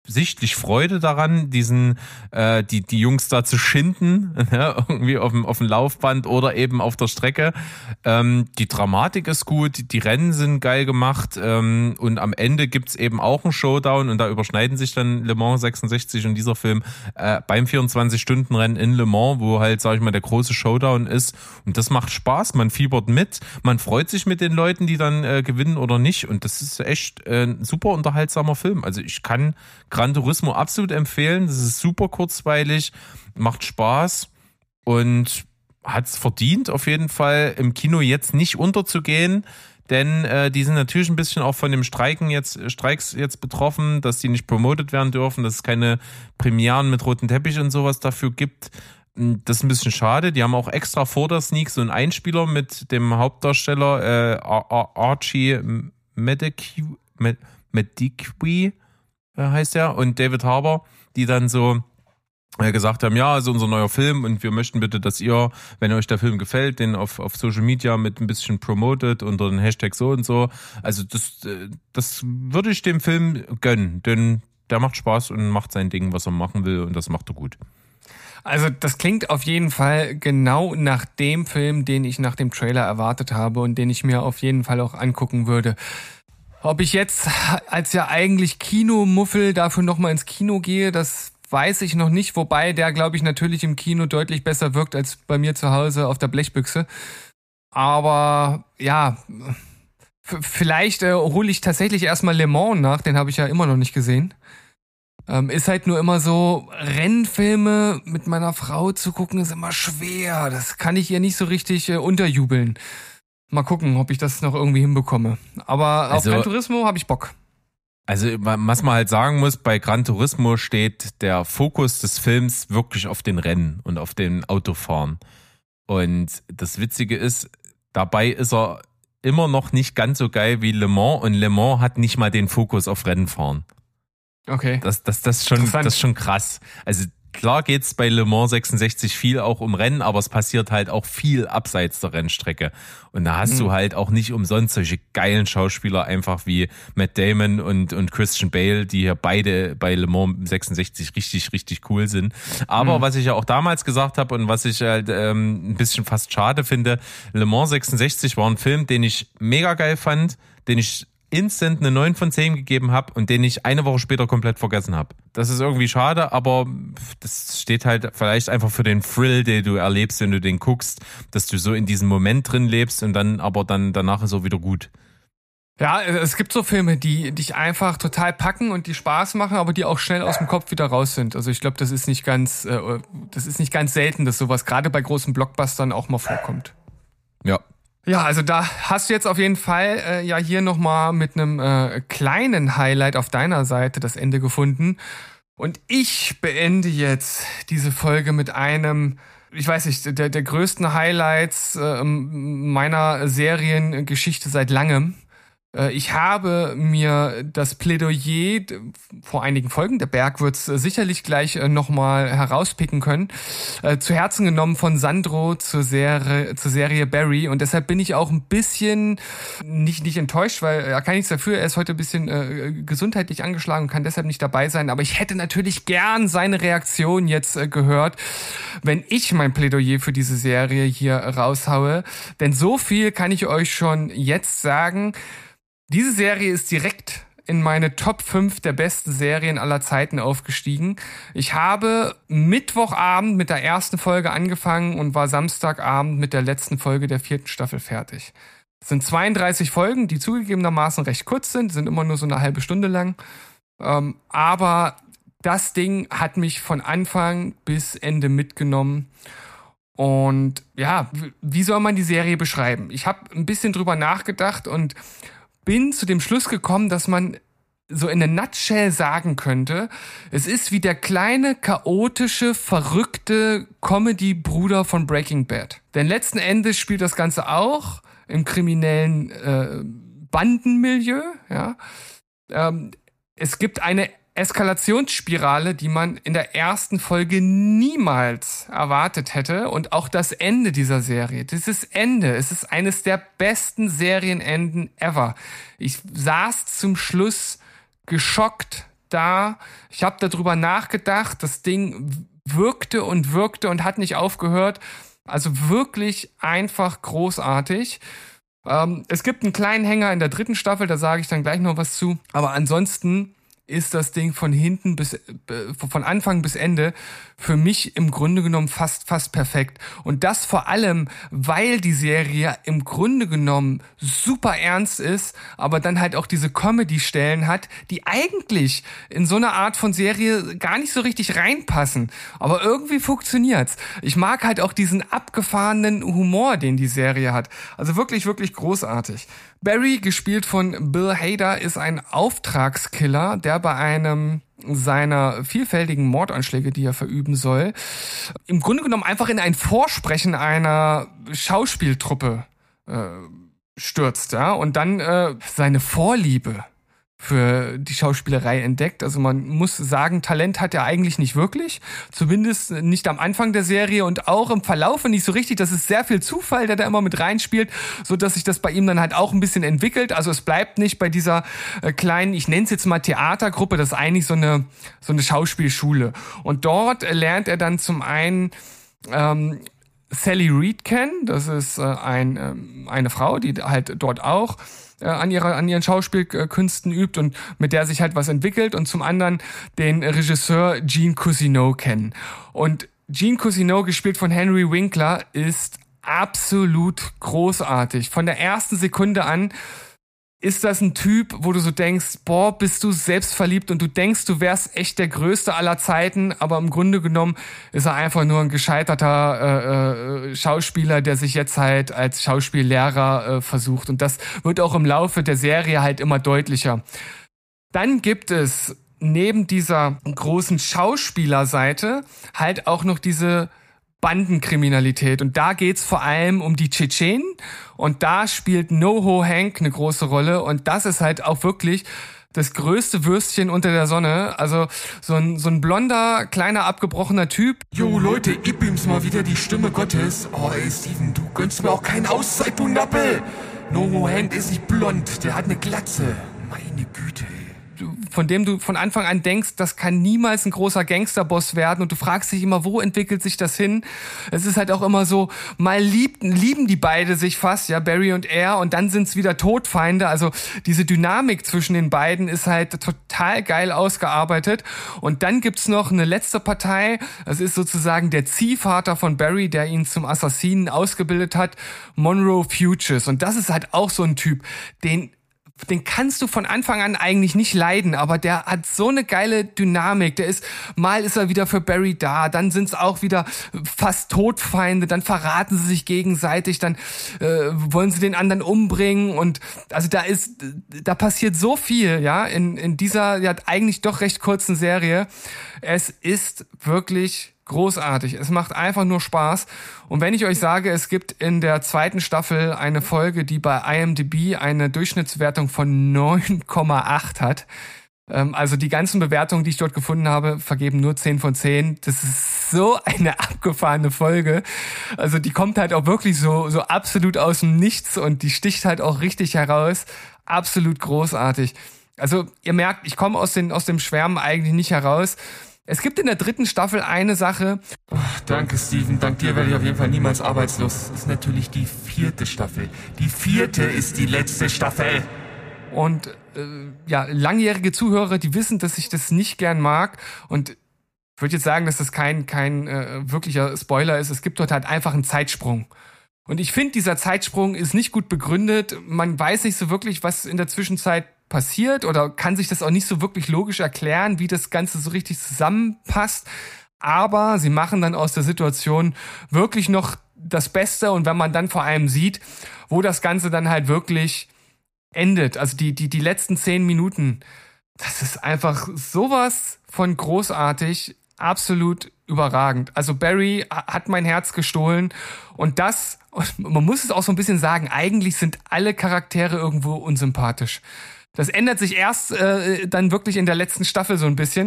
sichtlich Freude daran, die Jungs da zu schinden, ne, irgendwie auf dem Laufband oder eben auf der Strecke. Die Dramatik ist gut, die Rennen sind geil gemacht, und am Ende gibt's eben auch einen Showdown und da überschneiden sich dann Le Mans 66 und dieser Film beim 24-Stunden-Rennen in Le Mans, wo halt, sag ich mal, der große Showdown ist, und das macht Spaß, man fiebert mit, man freut sich mit den Leuten, die dann gewinnen oder nicht, und das ist echt ein super unterhaltsamer Film. Also ich kann Gran Turismo absolut empfehlen. Das ist super kurzweilig, macht Spaß und hat's verdient, auf jeden Fall im Kino jetzt nicht unterzugehen, denn die sind natürlich ein bisschen auch von dem Streiks jetzt betroffen, dass die nicht promoted werden dürfen, dass es keine Premieren mit roten Teppich und sowas dafür gibt. Das ist ein bisschen schade. Die haben auch extra vor der Sneak so einen Einspieler mit dem Hauptdarsteller Archie Medici heißt er, und David Harbour, die dann so gesagt haben, ja, also unser neuer Film und wir möchten bitte, dass ihr, wenn euch der Film gefällt, den auf Social Media mit ein bisschen promotet unter den Hashtag so und so. Also das würde ich dem Film gönnen, denn der macht Spaß und macht sein Ding, was er machen will, und das macht er gut.
Also das klingt auf jeden Fall genau nach dem Film, den ich nach dem Trailer erwartet habe und den ich mir auf jeden Fall auch angucken würde. Ob ich jetzt als ja eigentlich Kinomuffel dafür nochmal ins Kino gehe, das weiß ich noch nicht. Wobei der, glaube ich, natürlich im Kino deutlich besser wirkt als bei mir zu Hause auf der Blechbüchse. Aber ja, vielleicht hole ich tatsächlich erstmal Le Mans nach. Den habe ich ja immer noch nicht gesehen. Ist halt nur immer so, Rennfilme mit meiner Frau zu gucken, ist immer schwer. Das kann ich ihr nicht so richtig unterjubeln. Mal gucken, ob ich das noch irgendwie hinbekomme. Aber auf Gran Turismo habe ich Bock.
Also was man halt sagen muss, bei Gran Turismo steht der Fokus des Films wirklich auf den Rennen und auf den Autofahren. Und das Witzige ist, dabei ist er immer noch nicht ganz so geil wie Le Mans, und Le Mans hat nicht mal den Fokus auf Rennenfahren.
Okay.
Das ist schon krass. Also klar geht's bei Le Mans 66 viel auch um Rennen, aber es passiert halt auch viel abseits der Rennstrecke. Und da hast du halt auch nicht umsonst solche geilen Schauspieler einfach wie Matt Damon und Christian Bale, die hier beide bei Le Mans 66 richtig, richtig cool sind. Aber was ich ja auch damals gesagt habe und was ich halt ein bisschen fast schade finde, Le Mans 66 war ein Film, den ich mega geil fand, den ich instant eine 9 von 10 gegeben habe und den ich eine Woche später komplett vergessen habe. Das ist irgendwie schade, aber das steht halt vielleicht einfach für den Thrill, den du erlebst, wenn du den guckst, dass du so in diesem Moment drin lebst und dann danach ist auch wieder gut.
Ja, es gibt so Filme, die dich einfach total packen und die Spaß machen, aber die auch schnell aus dem Kopf wieder raus sind. Also ich glaube, das ist nicht ganz selten, dass sowas gerade bei großen Blockbustern auch mal vorkommt.
Ja.
Ja, also da hast du jetzt auf jeden Fall ja hier nochmal mit einem kleinen Highlight auf deiner Seite das Ende gefunden. Und ich beende jetzt diese Folge mit einem, ich weiß nicht, der größten Highlights meiner Seriengeschichte seit langem. Ich habe mir das Plädoyer vor einigen Folgen, der Berg wird es sicherlich gleich nochmal herauspicken können, zu Herzen genommen von Sandro zur Serie Barry, und deshalb bin ich auch ein bisschen nicht enttäuscht, weil er kann nichts dafür, er ist heute ein bisschen gesundheitlich angeschlagen und kann deshalb nicht dabei sein, aber ich hätte natürlich gern seine Reaktion jetzt gehört, wenn ich mein Plädoyer für diese Serie hier raushaue, denn so viel kann ich euch schon jetzt sagen. Diese Serie ist direkt in meine Top 5 der besten Serien aller Zeiten aufgestiegen. Ich habe Mittwochabend mit der ersten Folge angefangen und war Samstagabend mit der letzten Folge der 4. Staffel fertig. Es sind 32 Folgen, die zugegebenermaßen recht kurz sind immer nur so eine halbe Stunde lang. Aber das Ding hat mich von Anfang bis Ende mitgenommen. Und ja, wie soll man die Serie beschreiben? Ich habe ein bisschen drüber nachgedacht und bin zu dem Schluss gekommen, dass man so in a nutshell sagen könnte, es ist wie der kleine, chaotische, verrückte Comedy-Bruder von Breaking Bad. Denn letzten Endes spielt das Ganze auch im kriminellen Bandenmilieu. Ja? Es gibt eine Eskalationsspirale, die man in der ersten Folge niemals erwartet hätte, und auch das Ende dieser Serie, dieses Ende, es ist eines der besten Serienenden ever. Ich saß zum Schluss geschockt da, ich habe darüber nachgedacht, das Ding wirkte und hat nicht aufgehört. Also wirklich einfach großartig. Es gibt einen kleinen Hänger in der 3. Staffel, da sage ich dann gleich noch was zu. Aber ansonsten ist das Ding von Anfang bis Ende für mich im Grunde genommen fast perfekt. Und das vor allem, weil die Serie im Grunde genommen super ernst ist, aber dann halt auch diese Comedy-Stellen hat, die eigentlich in so eine Art von Serie gar nicht so richtig reinpassen. Aber irgendwie funktioniert's. Ich mag halt auch diesen abgefahrenen Humor, den die Serie hat. Also wirklich, wirklich großartig. Barry, gespielt von Bill Hader, ist ein Auftragskiller, der bei einem seiner vielfältigen Mordanschläge, die er verüben soll, im Grunde genommen einfach in ein Vorsprechen einer Schauspieltruppe stürzt, ja, und dann seine Vorliebe für die Schauspielerei entdeckt. Also man muss sagen, Talent hat er eigentlich nicht wirklich, zumindest nicht am Anfang der Serie und auch im Verlaufe nicht so richtig. Das ist sehr viel Zufall, der da immer mit reinspielt, so dass sich das bei ihm dann halt auch ein bisschen entwickelt. Also es bleibt nicht bei dieser kleinen, ich nenne es jetzt mal Theatergruppe, das ist eigentlich so eine Schauspielschule. Und dort lernt er dann zum einen Sally Reed kennen. Das ist eine Frau, die halt dort auch an ihren Schauspielkünsten übt und mit der sich halt was entwickelt, und zum anderen den Regisseur Gene Cousineau kennen. Und Gene Cousineau, gespielt von Henry Winkler, ist absolut großartig. Von der ersten Sekunde an ist das ein Typ, wo du so denkst, boah, bist du selbstverliebt und du denkst, du wärst echt der Größte aller Zeiten, aber im Grunde genommen ist er einfach nur ein gescheiterter Schauspieler, der sich jetzt halt als Schauspiellehrer versucht. Und das wird auch im Laufe der Serie halt immer deutlicher. Dann gibt es neben dieser großen Schauspielerseite halt auch noch diese Bandenkriminalität, und da geht's vor allem um die Tschetschenen, und da spielt NoHo Hank eine große Rolle, und das ist halt auch wirklich das größte Würstchen unter der Sonne. Also so ein blonder, kleiner, abgebrochener Typ.
Jo Leute, ich bin's mal wieder, die Stimme Gottes. Oh ey Steven, du gönnst mir auch keine Auszeit, du Nappel. NoHo Hank ist nicht blond, der hat eine Glatze. Meine Güte, ey.
Von dem du von Anfang an denkst, das kann niemals ein großer Gangsterboss werden, und du fragst dich immer, wo entwickelt sich das hin? Es ist halt auch immer so, mal lieben die beide sich fast, ja, Barry und er, und dann sind's wieder Todfeinde. Also diese Dynamik zwischen den beiden ist halt total geil ausgearbeitet. Und dann gibt's noch eine letzte Partei, das ist sozusagen der Ziehvater von Barry, der ihn zum Assassinen ausgebildet hat, Monroe Futures. Und das ist halt auch so ein Typ, den kannst du von Anfang an eigentlich nicht leiden, aber der hat so eine geile Dynamik. Mal ist er wieder für Barry da, dann sind's auch wieder fast Todfeinde, dann verraten sie sich gegenseitig, dann wollen sie den anderen umbringen, und also da passiert so viel, ja, in dieser ja eigentlich doch recht kurzen Serie. Es ist wirklich großartig. Es macht einfach nur Spaß. Und wenn ich euch sage, es gibt in der 2. Staffel eine Folge, die bei IMDb eine Durchschnittswertung von 9,8 hat. Also die ganzen Bewertungen, die ich dort gefunden habe, vergeben nur 10 von 10. Das ist so eine abgefahrene Folge. Also die kommt halt auch wirklich so absolut aus dem Nichts, und die sticht halt auch richtig heraus. Absolut großartig. Also ihr merkt, ich komme aus dem Schwärmen eigentlich nicht heraus. Es gibt in der 3. Staffel eine Sache.
Oh, danke Steven, dank dir werde ich auf jeden Fall niemals arbeitslos. Das ist natürlich die 4. Staffel. Die 4. ist die letzte Staffel.
Und ja, langjährige Zuhörer, die wissen, dass ich das nicht gern mag. Und ich würde jetzt sagen, dass das kein wirklicher Spoiler ist. Es gibt dort halt einfach einen Zeitsprung. Und ich finde, dieser Zeitsprung ist nicht gut begründet. Man weiß nicht so wirklich, was in der Zwischenzeit passiert, oder kann sich das auch nicht so wirklich logisch erklären, wie das Ganze so richtig zusammenpasst. Aber sie machen dann aus der Situation wirklich noch das Beste, und wenn man dann vor allem sieht, wo das Ganze dann halt wirklich endet, also die letzten 10 Minuten, das ist einfach sowas von großartig, absolut überragend. Also Barry hat mein Herz gestohlen, und man muss es auch so ein bisschen sagen, eigentlich sind alle Charaktere irgendwo unsympathisch. Das ändert sich erst dann wirklich in der letzten Staffel so ein bisschen.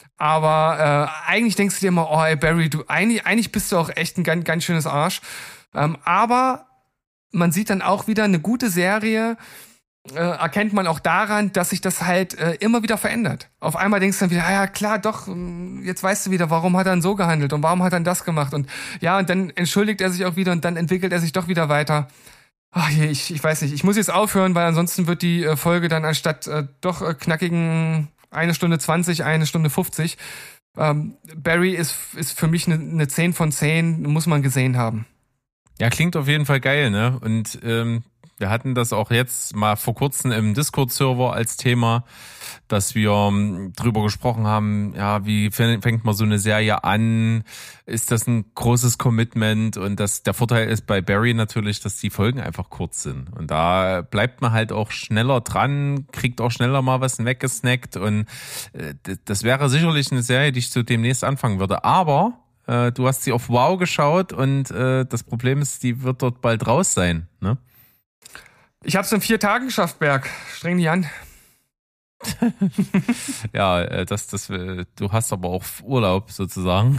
Aber eigentlich denkst du dir immer, oh ey Barry, eigentlich bist du auch echt ein ganz schönes Arsch. Aber man sieht dann auch wieder eine gute Serie, erkennt man auch daran, dass sich das halt immer wieder verändert. Auf einmal denkst du dann wieder, ja klar, doch, jetzt weißt du wieder, warum hat er dann so gehandelt und warum hat er dann das gemacht und ja, und dann entschuldigt er sich auch wieder und dann entwickelt er sich doch wieder weiter. Ach je, ich weiß nicht, ich muss jetzt aufhören, weil ansonsten wird die Folge dann anstatt doch knackigen 1 Stunde 20, 1 Stunde 50. Barry ist für mich eine 10 von 10, muss man gesehen haben.
Ja, klingt auf jeden Fall geil, ne? Und wir hatten das auch jetzt mal vor kurzem im Discord-Server als Thema, dass wir drüber gesprochen haben, ja, wie fängt man so eine Serie an? Ist das ein großes Commitment? Und der Vorteil ist bei Barry natürlich, dass die Folgen einfach kurz sind. Und da bleibt man halt auch schneller dran, kriegt auch schneller mal was weggesnackt. Und das wäre sicherlich eine Serie, die ich so demnächst anfangen würde. Aber du hast sie auf Wow geschaut und das Problem ist, die wird dort bald raus sein, ne?
Ich hab's in 4 Tagen geschafft, Berg. Streng dich an.
Ja, du hast aber auch Urlaub sozusagen.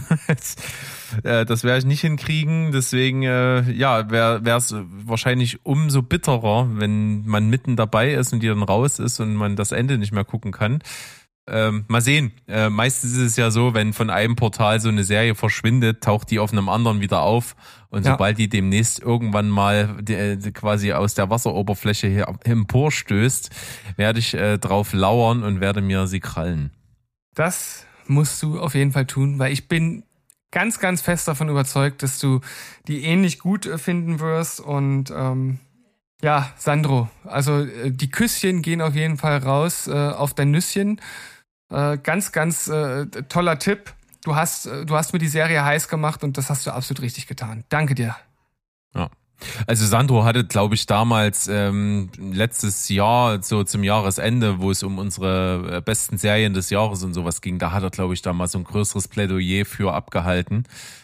Das werde ich nicht hinkriegen. Deswegen, wäre es wahrscheinlich umso bitterer, wenn man mitten dabei ist und die dann raus ist und man das Ende nicht mehr gucken kann. Mal sehen. Meistens ist es ja so, wenn von einem Portal so eine Serie verschwindet, taucht die auf einem anderen wieder auf. Und sobald die demnächst irgendwann mal quasi aus der Wasseroberfläche hier emporstößt, werde ich drauf lauern und werde mir sie krallen.
Das musst du auf jeden Fall tun, weil ich bin ganz, ganz fest davon überzeugt, dass du die ähnlich gut finden wirst. Und ja, Sandro, also die Küsschen gehen auf jeden Fall raus auf dein Nüsschen. Ganz, ganz toller Tipp. Du hast mir die Serie heiß gemacht und das hast du absolut richtig getan. Danke dir.
Ja. Also Sandro hatte, glaube ich, damals letztes Jahr, so zum Jahresende, wo es um unsere besten Serien des Jahres und sowas ging, da hat er, glaube ich, damals so ein größeres Plädoyer für abgehalten.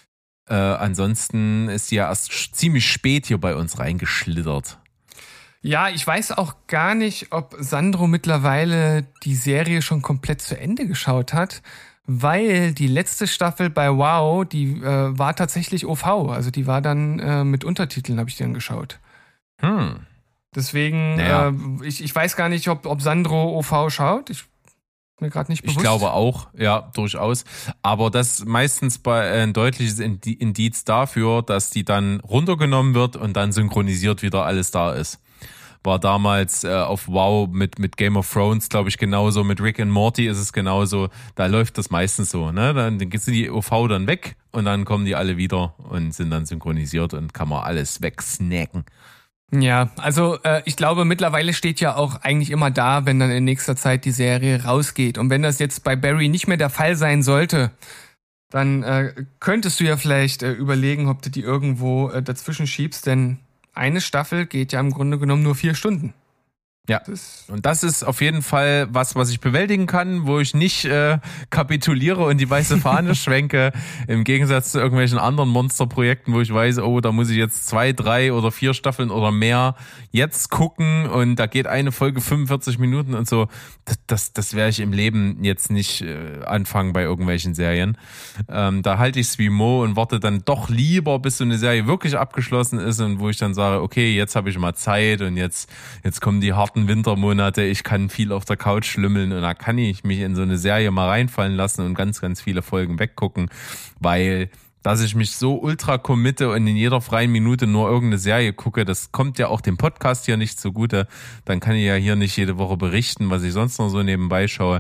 Ansonsten ist sie ja erst ziemlich spät hier bei uns reingeschlittert.
Ja, ich weiß auch gar nicht, ob Sandro mittlerweile die Serie schon komplett zu Ende geschaut hat, weil die letzte Staffel bei Wow, die war tatsächlich OV, also die war dann mit Untertiteln, habe ich die dann geschaut. Deswegen, ich weiß gar nicht, ob Sandro OV schaut. Ich mir gerade nicht bewusst.
Ich glaube auch, ja, durchaus. Aber das meistens ein deutliches Indiz dafür, dass die dann runtergenommen wird und dann synchronisiert wieder alles da ist. War damals auf Wow mit Game of Thrones, glaube ich, genauso. Mit Rick and Morty ist es genauso. Da läuft das meistens so, ne? Dann sind die OV dann weg und dann kommen die alle wieder und sind dann synchronisiert und kann man alles wegsnacken.
Ja, also ich glaube, mittlerweile steht ja auch eigentlich immer da, wenn dann in nächster Zeit die Serie rausgeht. Und wenn das jetzt bei Barry nicht mehr der Fall sein sollte, dann könntest du ja vielleicht überlegen, ob du die irgendwo dazwischen schiebst, denn eine Staffel geht ja im Grunde genommen nur 4 Stunden.
Ja, und das ist auf jeden Fall was ich bewältigen kann, wo ich nicht kapituliere und die weiße Fahne schwenke, im Gegensatz zu irgendwelchen anderen Monsterprojekten, wo ich weiß, oh, da muss ich jetzt 2, 3 oder 4 Staffeln oder mehr jetzt gucken und da geht eine Folge 45 Minuten und so. Das werde ich im Leben jetzt nicht anfangen bei irgendwelchen Serien. Da halte ich es wie Mo und warte dann doch lieber, bis so eine Serie wirklich abgeschlossen ist und wo ich dann sage, okay, jetzt habe ich mal Zeit und jetzt kommen die harten Wintermonate, ich kann viel auf der Couch schlümmeln und da kann ich mich in so eine Serie mal reinfallen lassen und ganz, ganz viele Folgen weggucken, weil dass ich mich so ultra committe und in jeder freien Minute nur irgendeine Serie gucke, das kommt ja auch dem Podcast hier nicht zugute. Dann kann ich ja hier nicht jede Woche berichten, was ich sonst noch so nebenbei schaue.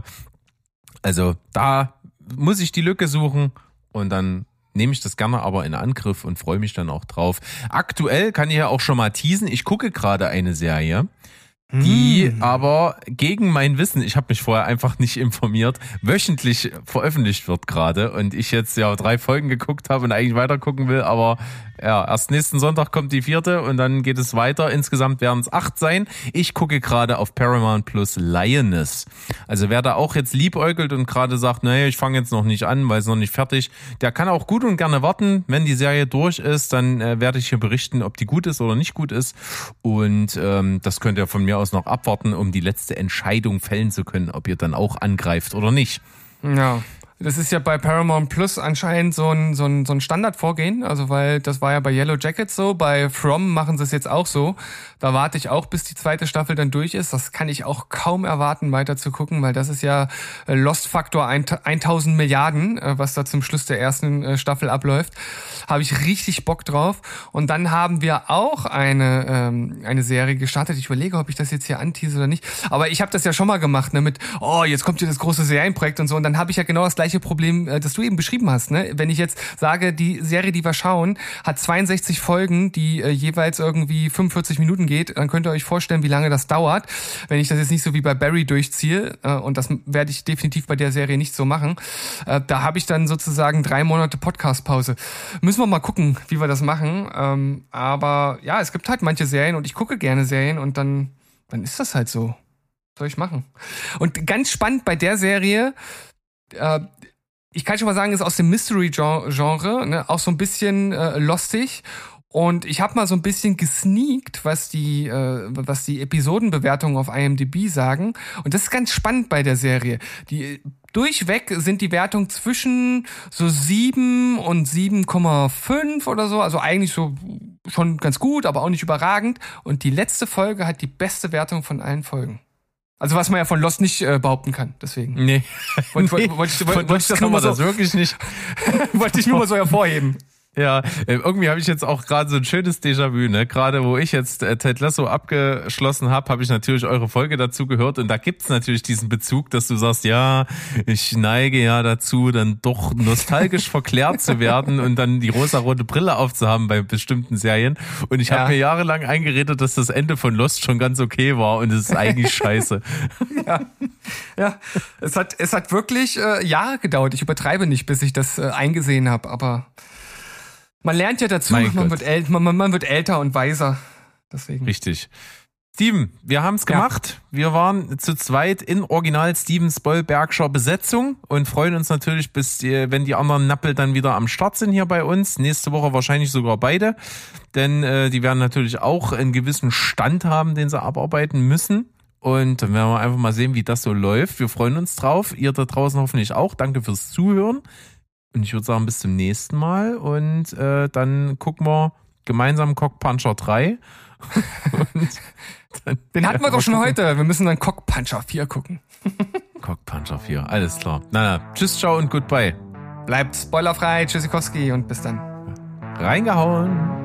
Also da muss ich die Lücke suchen und dann nehme ich das gerne aber in Angriff und freue mich dann auch drauf. Aktuell kann ich ja auch schon mal teasen, ich gucke gerade eine Serie, die aber gegen mein Wissen, ich habe mich vorher einfach nicht informiert, wöchentlich veröffentlicht wird gerade und ich jetzt ja 3 Folgen geguckt habe und eigentlich weiter gucken will, aber ja, erst nächsten Sonntag kommt die 4. und dann geht es weiter. Insgesamt werden es 8 sein. Ich gucke gerade auf Paramount Plus Lioness. Also wer da auch jetzt liebäugelt und gerade sagt, naja, ich fange jetzt noch nicht an, weil es noch nicht fertig, der kann auch gut und gerne warten. Wenn die Serie durch ist, dann werde ich hier berichten, ob die gut ist oder nicht gut ist. Und das könnt ihr von mir aus noch abwarten, um die letzte Entscheidung fällen zu können, ob ihr dann auch angreift oder nicht.
Ja. Das ist ja bei Paramount Plus anscheinend so ein Standardvorgehen, also weil das war ja bei Yellow Jackets so, bei From machen sie es jetzt auch so. Da warte ich auch, bis die zweite Staffel dann durch ist. Das kann ich auch kaum erwarten, weiter zu gucken, weil das ist ja Lost Factor 1000 Milliarden, was da zum Schluss der ersten Staffel abläuft. Habe ich richtig Bock drauf. Und dann haben wir auch eine Serie gestartet. Ich überlege, ob ich das jetzt hier antease oder nicht. Aber ich habe das ja schon mal gemacht, ne, mit, jetzt kommt hier das große Serienprojekt und so. Und dann habe ich ja genau das gleiche Problem, das du eben beschrieben hast, ne? Wenn ich jetzt sage, die Serie, die wir schauen, hat 62 Folgen, die jeweils irgendwie 45 Minuten geht, dann könnt ihr euch vorstellen, wie lange das dauert, wenn ich das jetzt nicht so wie bei Barry durchziehe, und das werde ich definitiv bei der Serie nicht so machen. Da habe ich dann sozusagen 3 Monate Podcast-Pause. Müssen wir mal gucken, wie wir das machen. Aber ja, es gibt halt manche Serien und ich gucke gerne Serien und dann ist das halt so. Was soll ich machen? Und ganz spannend bei der Serie, ich kann schon mal sagen, ist aus dem Mystery-Genre, ne, auch so ein bisschen lostig. Und ich habe mal so ein bisschen gesneakt, was die Episodenbewertungen auf IMDb sagen. Und das ist ganz spannend bei der Serie. Durchweg sind die Wertungen zwischen so 7 und 7,5 oder so. Also eigentlich so schon ganz gut, aber auch nicht überragend. Und die letzte Folge hat die beste Wertung von allen Folgen. Also was man ja von Lost nicht behaupten kann, deswegen.
Nee.
Wollte ich das nur mal so,
das wirklich nicht.
Wollte ich nur mal so hervorheben.
Ja, irgendwie habe ich jetzt auch gerade so ein schönes Déjà-vu, ne? Gerade wo ich jetzt Ted Lasso abgeschlossen habe ich natürlich eure Folge dazu gehört und da gibt's natürlich diesen Bezug, dass du sagst, ja, ich neige ja dazu, dann doch nostalgisch verklärt zu werden und dann die rosarote Brille aufzuhaben bei bestimmten Serien. Und ich habe mir jahrelang eingeredet, dass das Ende von Lost schon ganz okay war und es ist eigentlich scheiße.
Ja, es hat wirklich Jahre gedauert. Ich übertreibe nicht, bis ich das eingesehen habe, aber man lernt ja dazu, man wird älter und weiser. Deswegen.
Richtig. Steven, wir haben's gemacht. Ja. Wir waren zu zweit in Original Steven Spielbergscher Besetzung und freuen uns natürlich, wenn die anderen Nappel dann wieder am Start sind hier bei uns. Nächste Woche wahrscheinlich sogar beide, denn die werden natürlich auch einen gewissen Stand haben, den sie abarbeiten müssen. Und dann werden wir einfach mal sehen, wie das so läuft. Wir freuen uns drauf. Ihr da draußen hoffentlich auch. Danke fürs Zuhören. Und ich würde sagen, bis zum nächsten Mal. Und dann gucken wir gemeinsam Cock Puncher 3.
Den hatten wir doch schon heute. Wir müssen dann Cock Puncher 4 gucken.
Cock Puncher 4, alles klar. Na, tschüss, ciao und goodbye.
Bleibt spoilerfrei, tschüssikowski und bis dann.
Reingehauen.